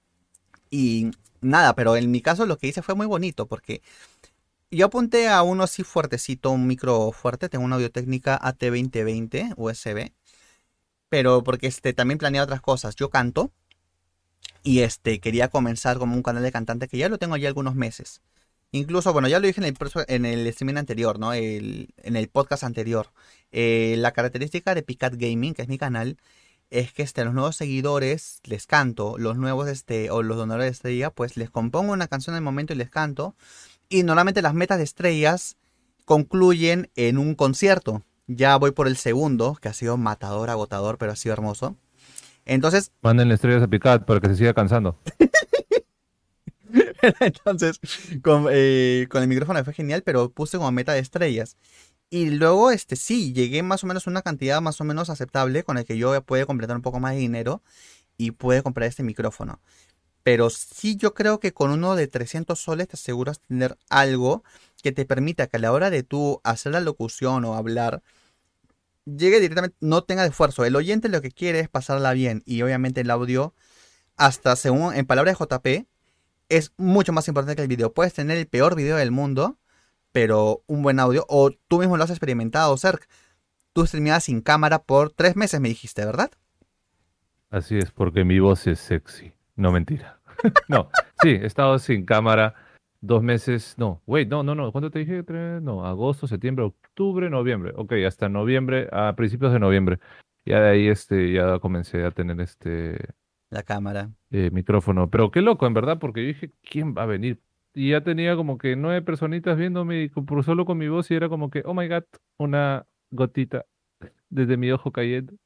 S1: Y nada, pero en mi caso lo que hice fue muy bonito porque yo apunté a uno así fuertecito, un micro fuerte. Tengo una Audio-Técnica A T veinte veinte U S B. Pero porque este, también planeé otras cosas. Yo canto y este, quería comenzar como un canal de cantante que ya lo tengo ya algunos meses. Incluso, bueno, ya lo dije en el, en el streaming anterior, ¿no? El, en el podcast anterior. Eh, la característica de Picat Gaming, que es mi canal, es que este, a los nuevos seguidores les canto. Los nuevos, este, o los donadores de estrella, pues les compongo una canción en el momento y les canto. Y normalmente las metas de estrellas concluyen en un concierto. Ya voy por el segundo, que ha sido matador, agotador, pero ha sido hermoso. Entonces,
S2: Mándenle estrellas a Picat para que se siga cansando.
S1: entonces con, eh, con el micrófono fue genial, pero puse como meta de estrellas. Y luego, este sí, llegué más o menos a una cantidad más o menos aceptable con el que yo puedo completar un poco más de dinero y puede comprar este micrófono. Pero sí yo creo que con uno de trescientos soles te aseguras tener algo que te permita que a la hora de tú hacer la locución o hablar, llegue directamente, no tenga esfuerzo. El oyente lo que quiere es pasarla bien y obviamente el audio, hasta según en palabras de J P, es mucho más importante que el video. Puedes tener el peor video del mundo, pero un buen audio, o tú mismo lo has experimentado, Cerc. Tú streameabas sin cámara por tres meses, me dijiste, ¿verdad?
S2: Así es, porque mi voz es sexy. No, mentira. No, sí, he estado sin cámara dos meses. No, wait, no, no, no. ¿Cuánto te dije? Tres, no, agosto, septiembre, octubre, noviembre. Ok, hasta noviembre, a principios de noviembre. Ya de ahí este, ya comencé a tener este
S1: La cámara.
S2: eh, micrófono. Pero qué loco, en verdad, porque yo dije, ¿quién va a venir? y ya tenía como que nueve personitas viéndome y con- por solo con mi voz y era como que, oh my God, una gotita desde mi ojo cayendo.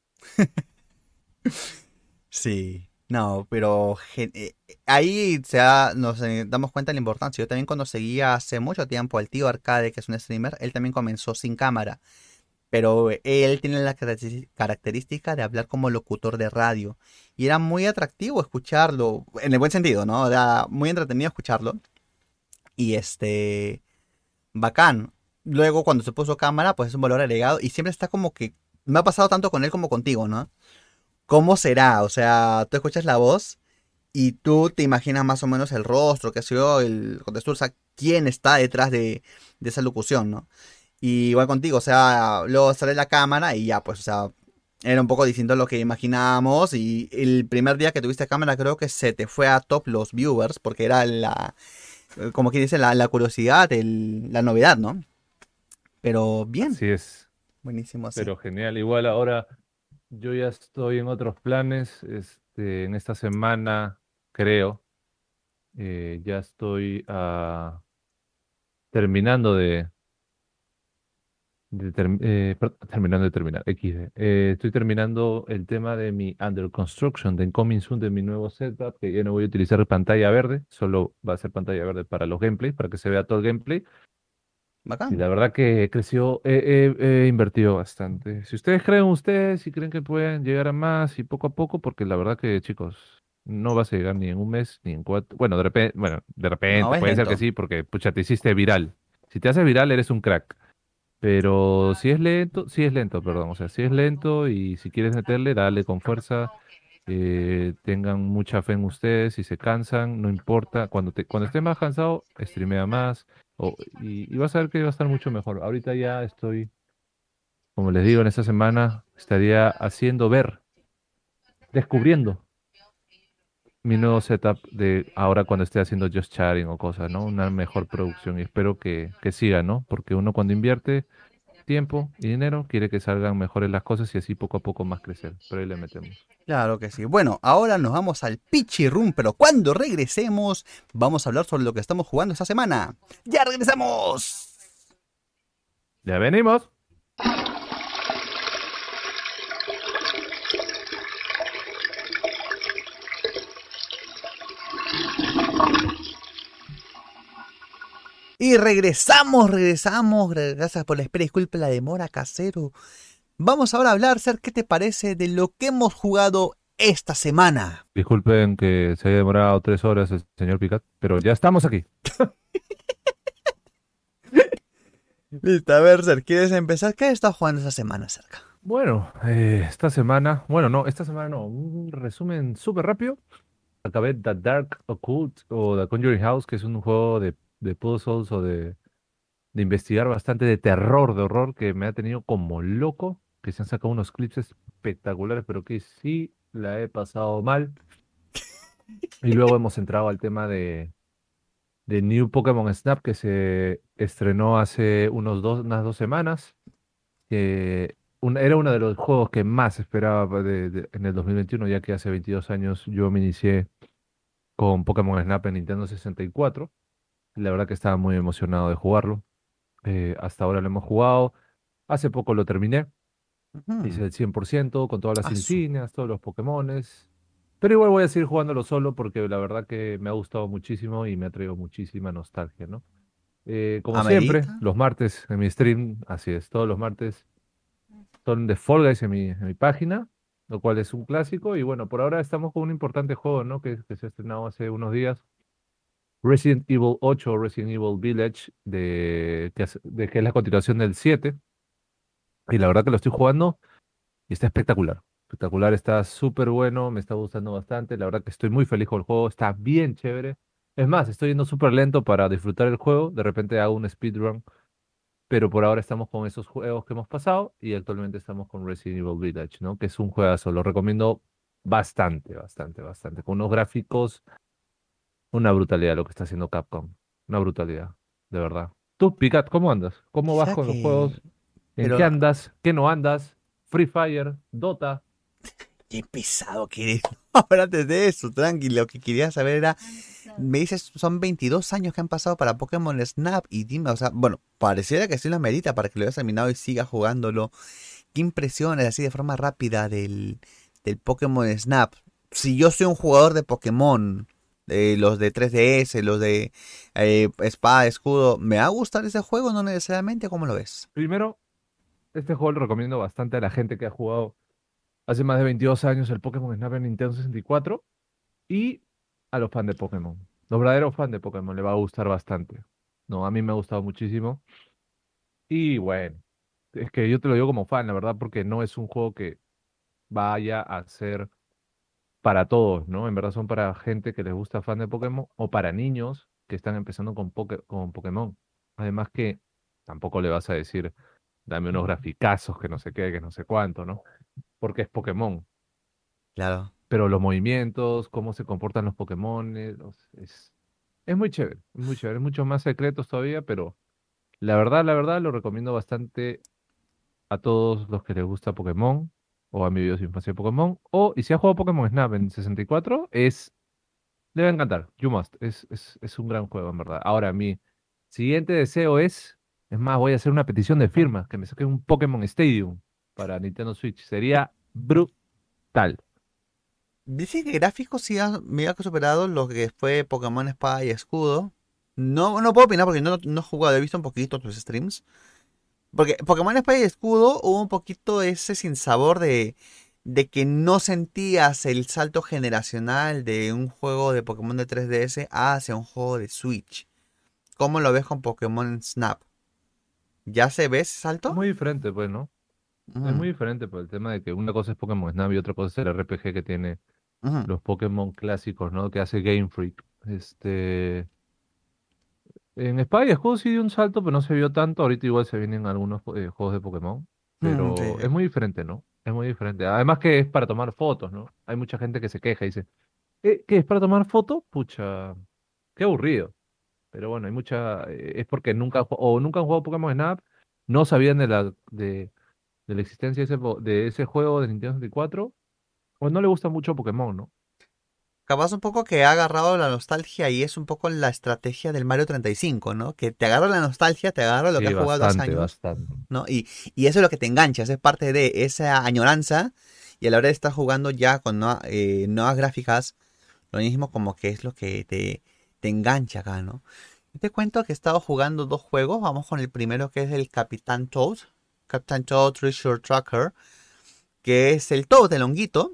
S1: Sí, no, pero gen- eh, eh, ahí se da- nos eh, damos cuenta de la importancia. Yo también cuando seguía hace mucho tiempo al tío Arcade, que es un streamer, él también comenzó sin cámara, pero él tiene la caracteri- característica de hablar como locutor de radio y era muy atractivo escucharlo, en el buen sentido, ¿no? Era muy entretenido escucharlo y este, bacán. Luego cuando se puso cámara, pues es un valor agregado y siempre está como que, me ha pasado tanto con él como contigo, ¿no? ¿Cómo será? O sea, tú escuchas la voz y tú te imaginas más o menos el rostro, qué sé yo, el contexto, o sea, quién está detrás de, de esa locución, ¿no? Y igual contigo, o sea, luego sale la cámara y ya, pues, o sea, era un poco distinto a lo que imaginábamos. Y el primer día que tuviste cámara, creo que se te fue a top los viewers, porque era la, eh, como quien dice, la, la curiosidad, el- la novedad, ¿no? Pero bien,
S2: Así es,
S1: buenísimo así.
S2: pero genial. Igual ahora yo ya estoy en otros planes, este, en esta semana, creo, eh, ya estoy ah, terminando de, de term- eh, per- terminando de terminar, equis de. Eh, estoy terminando el tema de mi Under Construction, de Coming Soon, de mi nuevo setup, que ya no voy a utilizar pantalla verde, solo va a ser pantalla verde para los gameplays, para que se vea todo el gameplay. Y
S1: Bacán.
S2: la verdad que creció, he, he- he invertido bastante. Si ustedes creen ustedes, si creen que pueden llegar a más y poco a poco, porque la verdad que, chicos, no vas a llegar ni en un mes, ni en cuatro. Bueno, de repente, bueno, de
S1: No,
S2: repente,
S1: es
S2: puede ser que
S1: lento.
S2: sí, porque pucha, te hiciste viral. Si te haces viral, eres un crack. Pero si es lento, sí es lento, perdón. O sea, si es lento y si quieres meterle, dale con fuerza. Eh, tengan mucha fe en ustedes. Si se cansan, no importa. Cuando te, cuando estés más cansado, streamea más. O- y, y vas a ver que va a estar mucho mejor. Ahorita ya estoy, como les digo, en esta semana estaría haciendo ver, descubriendo mi nuevo setup de ahora cuando esté haciendo Just Chatting o cosas, ¿no? Una mejor producción y espero que, que siga, ¿no? Porque uno cuando invierte tiempo y dinero, quiere que salgan mejores las cosas y así poco a poco más crecer. Pero ahí le metemos.
S1: Claro que sí. Bueno, ahora nos vamos al Pichi Room, pero cuando regresemos, vamos a hablar sobre lo que estamos jugando esta semana. ¡Ya regresamos!
S2: Ya venimos.
S1: Y regresamos, regresamos. Gracias por la espera, disculpe la demora, casero. Vamos ahora a hablar, Ser, ¿qué te parece de lo que hemos jugado esta semana?
S2: Disculpen que se haya demorado tres horas el señor Picat, pero ya estamos aquí.
S1: Listo, a ver, Ser, ¿quieres empezar? ¿Qué has estado jugando esta semana, cerca?
S2: Bueno, eh, esta semana, bueno, no, esta semana no, un resumen súper rápido. Acabé The Dark Occult o The Conjuring House, que es un juego de, de puzzles o de, de investigar bastante de terror, de horror, que me ha tenido como loco, que se han sacado unos clips espectaculares, pero que sí la he pasado mal. Y luego hemos entrado al tema de, de New Pokémon Snap, que se estrenó hace unos dos, unas dos semanas. Que un- era uno de los juegos que más esperaba de- de- en el dos mil veintiuno, ya que hace veintidós años yo me inicié con Pokémon Snap en Nintendo sesenta y cuatro. La verdad que estaba muy emocionado de jugarlo. Eh, hasta ahora lo hemos jugado. Hace poco lo terminé. Hice
S1: Ujú.
S2: el cien por ciento con todas las
S1: Asu.
S2: insignias, todos los Pokémones. Pero igual voy a seguir jugándolo solo porque la verdad que me ha gustado muchísimo y me ha traído muchísima nostalgia, ¿no? Eh, como siempre,
S1: ¿Amerita?
S2: los martes en mi stream, así es, todos los martes son de Fall Guys en mi, en mi página, lo cual es un clásico. Y bueno, por ahora estamos con un importante juego, ¿no? Que, que se ha estrenado hace unos días. Resident Evil ocho o Resident Evil Village, de, que, es- de que es la continuación del siete. Y la verdad que lo estoy jugando y está espectacular. Espectacular, está súper bueno, me está gustando bastante. La verdad que estoy muy feliz con el juego, está bien chévere. Es más, estoy yendo súper lento para disfrutar el juego. De repente hago un speedrun, pero por ahora estamos con esos juegos que hemos pasado y actualmente estamos con Resident Evil Village, ¿no? Que es un juegazo, lo recomiendo bastante, bastante, bastante. Con unos gráficos, una brutalidad lo que está haciendo Capcom. Una brutalidad, de verdad. Tú, Picat, ¿cómo andas? ¿Cómo vas
S1: Ya
S2: con los
S1: que...
S2: juegos? ¿En qué
S1: Pero
S2: andas? ¿Qué no andas? Free Fire, Dota.
S1: qué pesado que eres. No, pero antes de eso, tranqui, lo que quería saber era me dices, son veintidós años que han pasado para Pokémon Snap y dime, o sea, bueno, pareciera que sí lo amerita para que lo hayas terminado y sigas jugándolo. ¿Qué impresiones así de forma rápida del, del Pokémon Snap? Si yo soy un jugador de Pokémon, de los de tres D S, los de eh, Espada, Escudo, ¿me va a gustar ese juego? No necesariamente, ¿cómo lo ves?
S2: Primero, este juego lo recomiendo bastante a la gente que ha jugado hace más de veintidós años el Pokémon Snap en Nintendo sesenta y cuatro y a los fans de Pokémon. Los verdaderos fans de Pokémon le va a gustar bastante. No, a mí me ha gustado muchísimo. Y bueno, es que yo te lo digo como fan, la verdad, porque no es un juego que vaya a ser para todos, ¿no? En verdad son para gente que les gusta fan de Pokémon o para niños que están empezando con, Poké- con Pokémon. Además que tampoco le vas a decir, dame unos graficazos que no sé qué, que no sé cuánto, ¿no? Porque es Pokémon.
S1: Claro.
S2: Pero los movimientos, cómo se comportan los Pokémon, es, es muy chévere, es muy chévere, es mucho más secretos todavía, pero la verdad, la verdad, lo recomiendo bastante a todos los que les gusta Pokémon o han vivido su infancia de Pokémon. O, y si has jugado Pokémon Snap en sesenta y cuatro, es, le va a encantar. You must. Es, es, es un gran juego, en verdad. Ahora, mi siguiente deseo es, es más, voy a hacer una petición de firmas, que me saquen un Pokémon Stadium para Nintendo Switch. Sería brutal.
S1: Dice que gráficos sí han, mira que superado lo que fue Pokémon Espada y Escudo. No, no puedo opinar porque no, no he jugado, he visto un poquito tus streams. Porque Pokémon Espada y Escudo hubo un poquito ese sinsabor de, de que no sentías el salto generacional de un juego de Pokémon de tres D S hacia un juego de Switch. ¿Cómo lo ves con Pokémon Snap? ¿Ya se ve ese
S2: Es
S1: salto?
S2: muy diferente, pues, ¿no? Es
S1: Ujú,
S2: muy diferente por el tema de que una cosa es Pokémon Snap y otra cosa es el R P G que tiene
S1: ujú.
S2: los Pokémon clásicos, ¿no? Que hace Game Freak. Este, en Espada y Escudo sí dio un salto, pero no se vio tanto. Ahorita igual se vienen algunos eh, juegos de Pokémon,
S1: Mm, sí,
S2: pero
S1: sí.
S2: es muy diferente, ¿no? Es muy diferente. Además que es para tomar fotos, ¿no? Hay mucha gente que se queja y dice, "¿Eh, ¿qué es para tomar fotos? Pucha, qué aburrido." Pero bueno, hay mucha, eh, es porque nunca han jugado, o nunca han jugado Pokémon Snap, no sabían de la, de, de la existencia de ese, po- de ese juego de Nintendo sesenta y cuatro, o no le gusta mucho Pokémon, ¿no?
S1: Capaz un poco que ha agarrado la nostalgia y es un poco la estrategia del Mario treinta y cinco, ¿no? Que te agarra la nostalgia, te agarra lo que
S2: Sí,
S1: has jugado hace
S2: bastante,
S1: años,
S2: bastante.
S1: ¿no? Y, y eso es lo que te enganchas, es parte de esa añoranza y a la hora de estar jugando ya con nueva- eh, nuevas gráficas, lo mismo como que es lo que te, te engancha acá, ¿no? Yo te cuento que he estado jugando dos juegos, vamos con el primero que es el Capitán Toad, Captain Toad Treasure Tracker, que es el Toad, el honguito,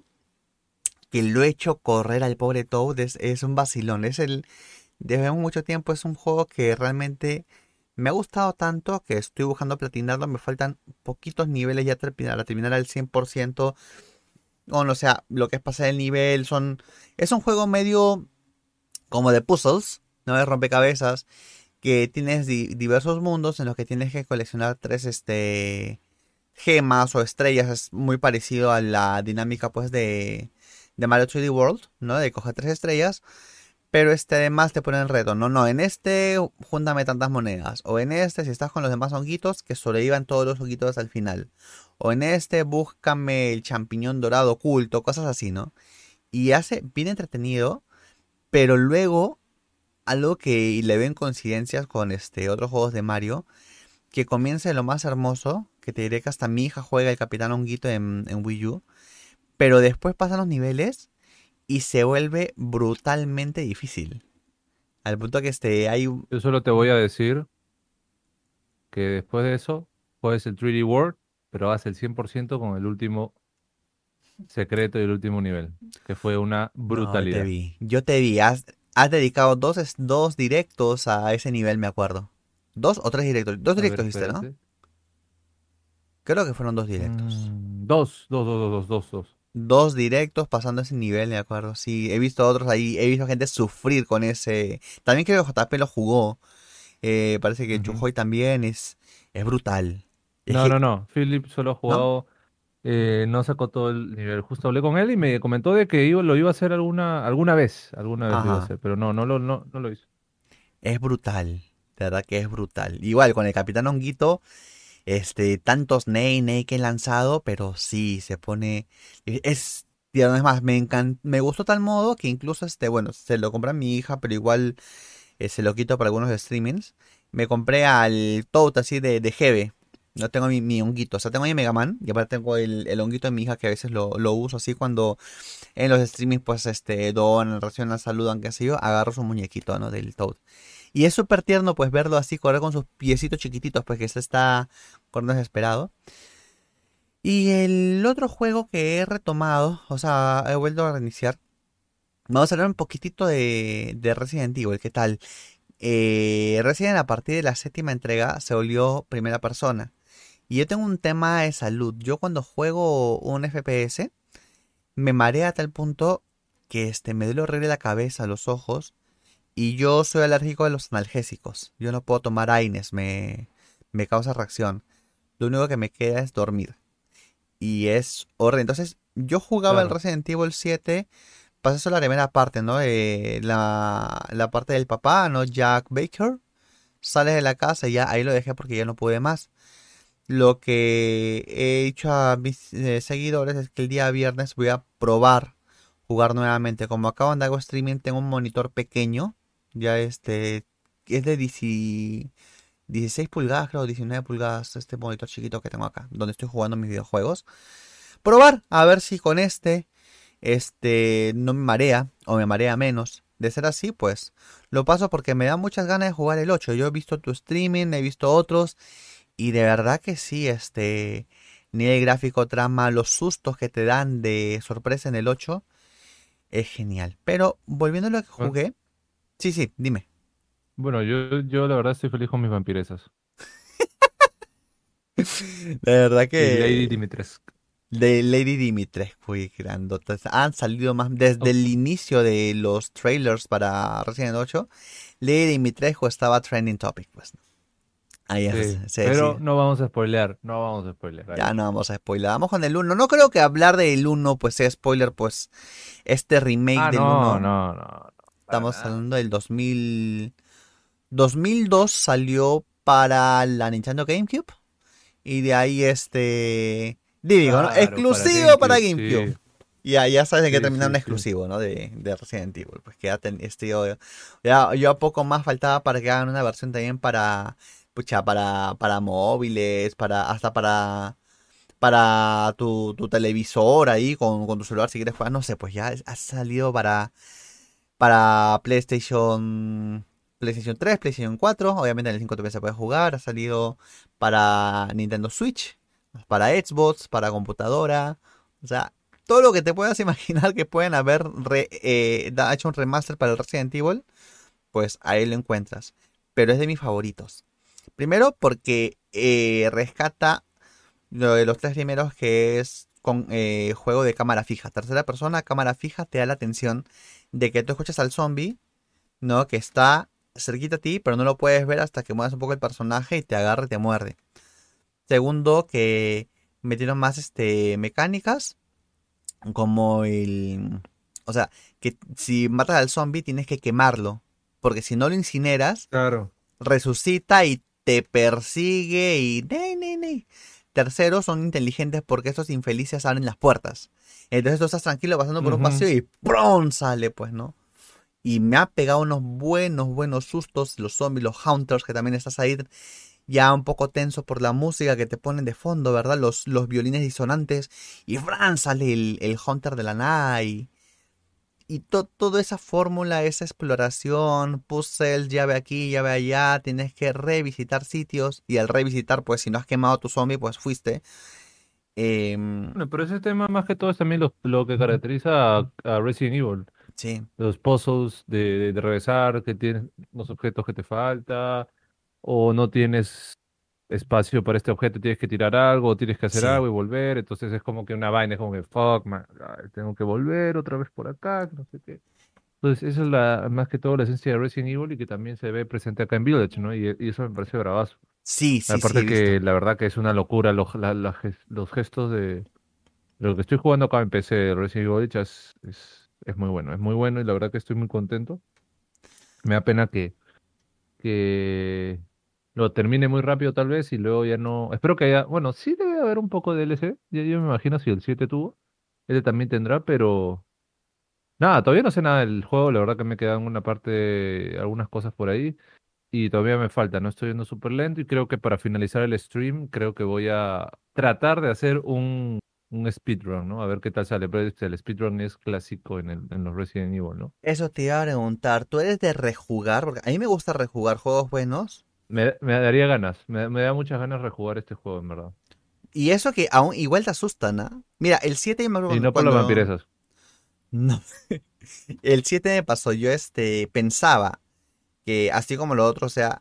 S1: que lo he hecho correr al pobre Toad, es, es un vacilón, es el, desde hace mucho tiempo es un juego que realmente me ha gustado tanto que estoy buscando platinarlo. Me faltan poquitos niveles ya terminar, para terminar al cien por ciento. Bueno, o sea, lo que es pasar el nivel son... Es un juego medio como de puzzles, ¿no? De rompecabezas. Que tienes di- diversos mundos en los que tienes que coleccionar tres este, gemas o estrellas. Es muy parecido a la dinámica pues de, de Mario tres D World, ¿no? De coger tres estrellas. Pero este además te pone el reto. No, no, en este júntame tantas monedas. O en este, si estás con los demás honguitos, que sobrevivan todos los honguitos hasta el final. O en este, búscame el champiñón dorado oculto, cosas así, ¿no? Y hace bien entretenido, pero luego algo que le ven coincidencias con este otros juegos de Mario, que comienza de lo más hermoso, que te diré que hasta mi hija juega el Capitán Honguito en, en Wii U, pero después pasan los niveles y se vuelve brutalmente difícil. Al punto que este hay un...
S2: Yo solo te voy a decir que después de eso, juegues el tres D World, pero hagas el cien por ciento con el último secreto y el último nivel, que fue una
S1: No, yo te
S2: brutalidad.
S1: vi. Yo te vi. Has, has dedicado dos, es- dos directos a ese nivel, me acuerdo. Dos o tres directos. Dos
S2: A ver,
S1: directos viste, ¿no?
S2: espérate.
S1: Creo que fueron dos directos.
S2: Mm, dos, dos, dos, dos, dos, dos.
S1: Dos directos pasando ese nivel, me acuerdo. Sí, he visto otros ahí. He visto gente sufrir con ese. También creo que J P lo jugó. Eh, parece que
S2: Ujú.
S1: Chujoy también es, es brutal. Es
S2: No,
S1: que,
S2: no, no. Philip solo ha
S1: ¿no?
S2: jugado, eh, no sacó todo el nivel. Justo hablé con él y me comentó de que iba, lo iba a hacer alguna, alguna vez. Alguna vez lo iba a
S1: Ajá.
S2: hacer, pero no, no lo, no, no lo hizo.
S1: Es brutal. De verdad que es brutal. Igual con el Capitán Honguito. Este, tantos Ney, Ney que he lanzado, pero sí, se pone... Es, tierno. Es más, me encan- me gustó tal modo que incluso este, bueno, se lo compré a mi hija, pero igual eh, se lo quito para algunos streamings. Me compré al Toad así de, de Jeve. No tengo mi, mi honguito. O sea, tengo mi Mega Man. Y aparte tengo el, el honguito de mi hija que a veces lo, lo uso así cuando en los streamings pues este donan, racionan, saludan, qué sé yo. Agarro su muñequito, ¿no? Del Toad. Y es súper tierno pues verlo así correr con sus piecitos chiquititos pues que se está corriendo desesperado. Y el otro juego que he retomado, o sea, he vuelto a reiniciar. Vamos a hablar un poquitito de, de Resident Evil, ¿qué tal? Eh, Resident a partir de la séptima entrega se volvió primera persona. Y yo tengo un tema de salud. Yo cuando juego un F P S me marea a tal punto que este, me duele horrible la cabeza, los ojos. Y yo soy alérgico a los analgésicos. Yo no puedo tomar Aines, me, me causa reacción. Lo único que me queda es dormir. Y es horrible. Entonces, yo jugaba el
S2: Claro.
S1: Resident Evil siete. Pasé solo la primera parte, ¿no? Eh, la, la parte del papá, ¿no? Jack Baker. Sales de la casa y ya ahí lo dejé porque ya no pude más. Lo que he dicho a mis eh, seguidores es que el día viernes voy a probar jugar nuevamente. Como acaban de hago streaming, tengo un monitor pequeño. Ya este es de dieci dieciséis pulgadas, creo, diecinueve pulgadas. Este monitor chiquito que tengo acá, donde estoy jugando mis videojuegos. Probar, a ver si con este, este, no me marea o me marea menos. De ser así, pues lo paso porque me da muchas ganas de jugar el ocho. Yo he visto tu streaming, he visto otros y de verdad que sí, este, nivel gráfico, trama, los sustos que te dan de sorpresa en el ocho es genial. Pero volviendo a lo que
S2: Bueno,
S1: jugué, sí, sí, dime.
S2: bueno, yo, yo la verdad estoy feliz con mis vampiresas.
S1: De verdad
S2: Y Lady
S1: que
S2: Dimitrescu.
S1: de Lady Dimitrescu y grandotas han salido más desde
S2: Oh,
S1: el inicio de los trailers para Resident ocho. Lady Dimitrescu estaba trending topic, pues. Ahí es,
S2: sí,
S1: sí,
S2: pero
S1: sí.
S2: no vamos a spoilear, no vamos a spoilear.
S1: Ya
S2: Ahí.
S1: no vamos a spoiler. Vamos con el uno. No creo que hablar del uno pues sea spoiler, pues este remake
S2: Ah,
S1: del
S2: no,
S1: uno.
S2: no, no, no, para
S1: Estamos
S2: nada.
S1: hablando del dos mil. dos mil dos salió para la Nintendo GameCube. Y de ahí este. Digo, ¿no?
S2: Claro, para
S1: Exclusivo para
S2: GameCube,
S1: GameCube.
S2: sí,
S1: Ya, ya sabes en qué
S2: sí,
S1: terminaron
S2: sí,
S1: un
S2: sí.
S1: exclusivo, ¿no? De, de Resident Evil. Pues que ya, ten- este, yo, ya, yo a poco más faltaba para que hagan una versión también para. Pucha, para, para móviles, para. Hasta para. Para tu, tu televisor ahí, con, con tu celular si quieres jugar. No sé, pues ya es- ha salido para. Para PlayStation. PlayStation tres, PlayStation cuatro. Obviamente en el cinco también se puede jugar. Ha salido para Nintendo Switch. Para Xbox, para computadora. O sea, todo lo que te puedas imaginar que pueden haber re- eh, da- hecho un remaster para el Resident Evil, pues ahí lo encuentras. Pero es de mis favoritos. Primero porque eh, rescata lo de los tres primeros que es con eh, juego de cámara fija. Tercera persona, cámara fija, te da la atención de que tú escuchas al zombie, ¿no? Que está cerquita a ti, pero no lo puedes ver hasta que muevas un poco el personaje y te agarra y te muerde. Segundo, que metieron más este, mecánicas como el... O sea, que si matas al zombie tienes que quemarlo. Porque si no lo incineras,
S2: Claro.
S1: resucita y te persigue y... Ney, ney, ney. Tercero, son inteligentes porque estos infelices abren las puertas. Entonces tú estás tranquilo pasando por un
S2: Ujú.
S1: pasillo y ¡prum! Sale, pues, ¿no? Y me ha pegado unos buenos, buenos sustos. Los zombies, los hunters, que también estás ahí ya un poco tenso por la música que te ponen de fondo, ¿verdad? Los, los violines disonantes. Y ¡fran! Sale el, el hunter de la nada y y to- toda esa fórmula, esa exploración, puzzles, llave aquí, llave allá, tienes que revisitar sitios y al revisitar, pues si no has quemado tu zombie, pues fuiste. Em,
S2: Bueno, pero ese tema más que todo es también lo, lo que caracteriza a, a Resident Evil.
S1: sí,
S2: Los puzzles de, de, de regresar, que tienes los objetos que te falta, o no tienes espacio para este objeto, tienes que tirar algo, o tienes que hacer
S1: sí,
S2: algo y volver. Entonces es como que una vaina, es como que, fuck, man, ay, tengo que volver otra vez por acá, que no sé qué. Entonces, esa es la, más que todo la esencia de Resident Evil y que también se ve presente acá en Village, ¿no? Y, y eso me parece bravazo.
S1: sí, sí, sí, he
S2: Aparte que
S1: visto.
S2: la verdad que es una locura los, la- la ges- los gestos de lo que estoy jugando acá en P C de Resident Evil ya es, es, es muy bueno, es muy bueno y la verdad que estoy muy contento. Me da pena que, que lo termine muy rápido tal vez y luego ya no... Espero que haya... Bueno, sí debe haber un poco de D L C, ya yo me imagino si el siete tuvo. Este también tendrá, pero nada, todavía no sé nada del juego, la verdad que me quedan una parte, algunas cosas por ahí y todavía me falta, no estoy yendo súper lento y creo que para finalizar el stream creo que voy a tratar de hacer un, un speedrun, ¿no? A ver qué tal sale, pero este, el speedrun es clásico en el, en los Resident Evil, ¿no?
S1: Eso te iba a preguntar, ¿tú eres de rejugar? Porque a mí me gusta rejugar juegos buenos.
S2: Me, me daría ganas, me, me da muchas ganas rejugar este juego, en verdad.
S1: Y eso que aún igual te asustan, ¿ah? Mira, el siete yo me
S2: Y
S1: acuerdo
S2: no por las
S1: cuando...
S2: vampiresas.
S1: No, el siete me pasó, yo este, pensaba que así como lo otro, o sea,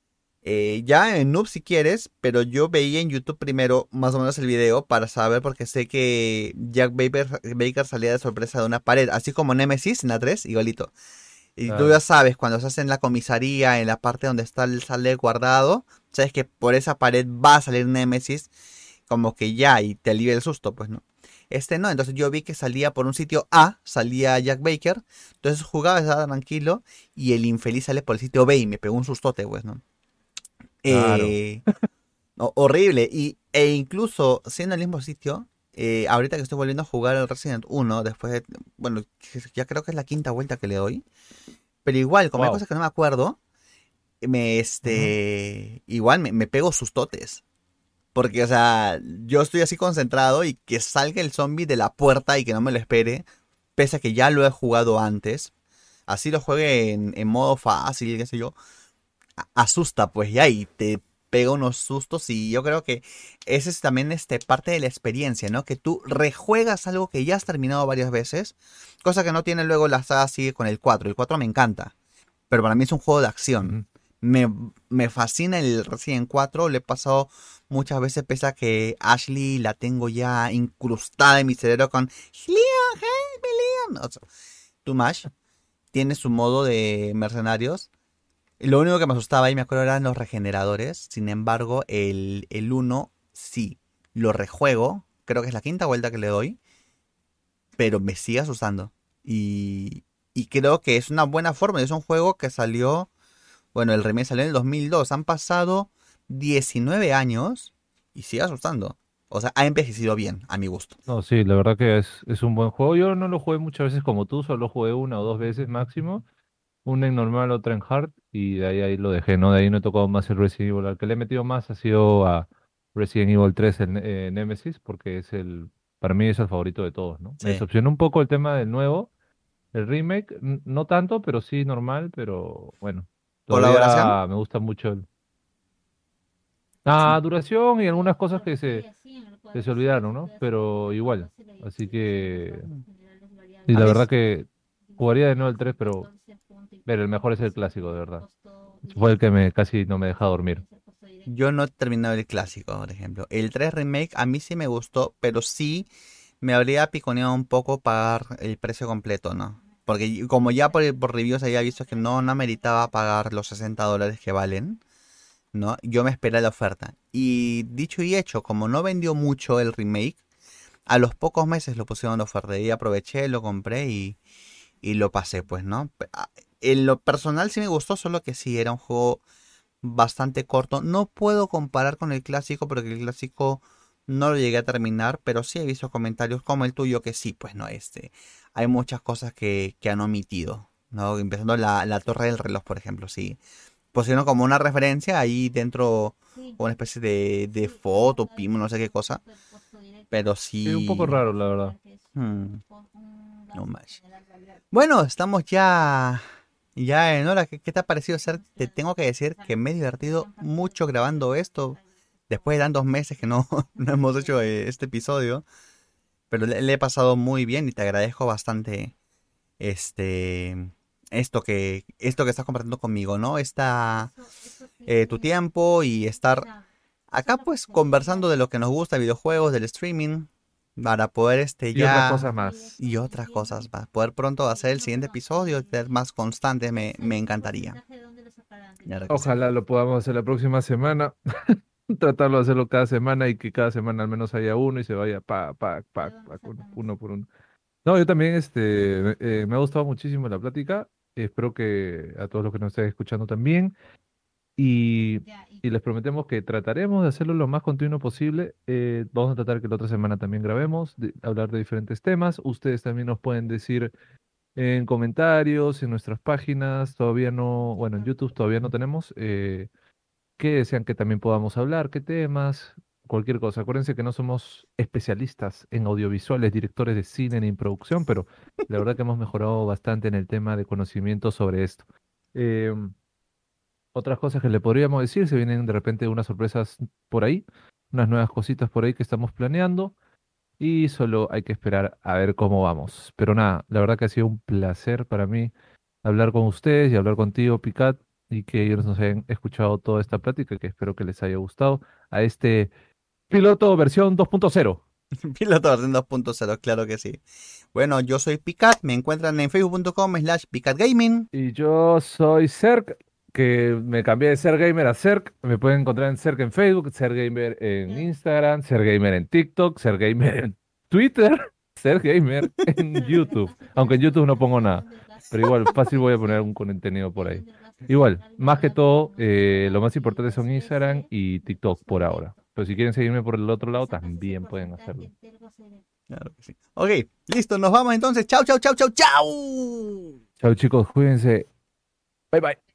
S1: eh, ya en Noob si quieres, pero yo veía en YouTube primero más o menos el video para saber porque sé que Jack Baker, Baker salía de sorpresa de una pared, así como Nemesis en la tres igualito. Y tú ya
S2: Claro.
S1: sabes, cuando estás en la comisaría, en la parte donde está el sale guardado, sabes que por esa pared va a salir Nemesis, como que ya, y te alivia el susto, pues, ¿no? Este no, entonces yo vi que salía por un sitio A, salía Jack Baker, entonces jugaba, estaba tranquilo, y el infeliz sale por el sitio B y me pegó un sustote, pues, ¿no?
S2: Claro.
S1: Eh, no, horrible, y, e incluso siendo el mismo sitio, eh, ahorita que estoy volviendo a jugar el Resident uno, después de, bueno, ya creo que es la quinta vuelta que le doy, pero igual, como hay
S2: Wow.
S1: cosas que no me acuerdo, me,
S2: Ujú.
S1: este, igual me, me pego sustotes. Porque, o sea, yo estoy así concentrado y que salga el zombie de la puerta y que no me lo espere, pese a que ya lo he jugado antes. Así lo juegue en, en modo fácil, qué sé yo. a- Asusta, pues ya, y te pega unos sustos. Y yo creo que ese es también este, parte de la experiencia, ¿no? Que tú rejuegas algo que ya has terminado varias veces. Cosa que no tiene luego la saga sigue con el cuatro. El cuatro me encanta, pero para mí es un juego de acción.
S2: Ujú.
S1: Me, me fascina el Resident cuatro, le he pasado muchas veces, pese a que Ashley la tengo ya incrustada en mi cerebro con Leon, hey, Leon. O sea, Too Much tiene su modo de mercenarios. Lo único que me asustaba ahí, me acuerdo, eran los regeneradores. Sin embargo, el, el uno sí, lo rejuego. Creo que es la quinta vuelta que le doy, pero me sigue asustando. Y, y creo que es una buena forma. Es un juego que salió. Bueno, el remake salió en el dos mil dos. Han pasado diecinueve años y sigue asustando. O sea, ha envejecido bien, a mi gusto.
S2: No, sí, la verdad que es, es un buen juego. Yo no lo jugué muchas veces como tú, solo jugué una o dos veces máximo. Una en normal, otra en hard, y de ahí, ahí lo dejé, ¿no? De ahí no he tocado más el Resident Evil. Al que le he metido más ha sido a Resident Evil tres, el Ne- eh, Nemesis, porque es el, para mí es el favorito de todos, ¿no? Me
S1: Sí.
S2: decepcionó un poco el tema del nuevo, el remake, n- no tanto, pero sí normal, pero bueno,
S1: ¿Colaboración?
S2: todavía me gusta mucho el... Ah, duración y algunas cosas que se, que se olvidaron, ¿no? Pero igual, así que... Y
S1: A
S2: la
S1: mí,
S2: verdad que jugaría de nuevo el tres, pero, pero el mejor es el clásico, de verdad. Fue el que me casi no me deja dormir.
S1: yo no he terminado el clásico, por ejemplo. El tres Remake a mí sí me gustó, pero sí me habría piconeado un poco pagar el precio completo, ¿no? Porque como ya por, por reviews había visto que no, no meritaba pagar los sesenta dólares que valen, ¿no? Yo me esperé la oferta. Y dicho y hecho, como no vendió mucho el remake, a los pocos meses lo pusieron en oferta. Y aproveché, lo compré y, y lo pasé, pues, ¿no? En lo personal sí me gustó, solo que sí, era un juego bastante corto. No puedo comparar con el clásico porque el clásico no lo llegué a terminar, pero sí he visto comentarios como el tuyo que sí, pues no, este, hay muchas cosas que, que han omitido, ¿no? Empezando la, la torre del reloj, por ejemplo, sí. Pusieron como una referencia ahí dentro, una especie de, de foto, pimo, no sé qué cosa, pero
S2: Sí, un poco
S1: sí...
S2: raro, la verdad.
S1: hmm, no más. Bueno, estamos ya, ya en hora. ¿Qué, qué te ha parecido ser? Te tengo que decir que me he divertido mucho grabando esto. Después de tantos meses que no, no hemos hecho eh, este episodio. Pero le, le he pasado muy bien y te agradezco bastante este esto que esto que estás compartiendo conmigo, ¿no? Esta eh, tu tiempo y estar acá pues conversando de lo que nos gusta, videojuegos, del streaming, para poder este
S2: Y otras
S1: ya
S2: cosas más.
S1: y otras cosas, para poder pronto hacer el siguiente episodio, ser más constante, me, me encantaría. Claro que sí.
S2: Ojalá lo podamos hacer la próxima semana. Tratarlo de hacerlo cada semana y que cada semana al menos haya uno y se vaya pa, pa, pa, pa, uno, uno por uno. No, yo también este, eh, me ha gustado muchísimo la plática. Espero que a todos los que nos estén escuchando también. Y, y les prometemos que trataremos de hacerlo lo más continuo posible. Eh, vamos a tratar que la otra semana también grabemos, de- hablar de diferentes temas. Ustedes también nos pueden decir en comentarios, en nuestras páginas. Todavía no, bueno, en YouTube todavía no tenemos. Eh, qué desean que también podamos hablar, qué temas, cualquier cosa. Acuérdense que no somos especialistas en audiovisuales, directores de cine ni en producción, pero la verdad que hemos mejorado bastante en el tema de conocimiento sobre esto. Em, Otras cosas que le podríamos decir, se vienen de repente unas sorpresas por ahí, unas nuevas cositas por ahí que estamos planeando y solo hay que esperar a ver cómo vamos. Pero nada, la verdad que ha sido un placer para mí hablar con ustedes y hablar contigo, Picat, y que ellos nos hayan escuchado toda esta plática, que espero que les haya gustado a este piloto versión dos punto cero.
S1: Piloto versión dos punto cero, claro que sí. Bueno, yo soy Picat, me encuentran en facebook punto com slash picatgaming.
S2: Y yo soy Cerc, que me cambié de Ser Gamer a Cerc. Me pueden encontrar en Cerc en Facebook, Ser Gamer en Instagram, Ser Gamer en TikTok, Ser Gamer en Twitter, Ser Gamer en YouTube. Aunque en YouTube no pongo nada. Pero igual, fácil voy a poner un contenido por ahí. Igual, más que todo, eh, lo más importante son Instagram y TikTok por ahora. Pero si quieren seguirme por el otro lado, también pueden hacerlo.
S1: Claro que sí. Ok, listo, nos vamos entonces. Chau, chau, chau, chau, chau.
S2: Chao chicos, cuídense. Bye bye.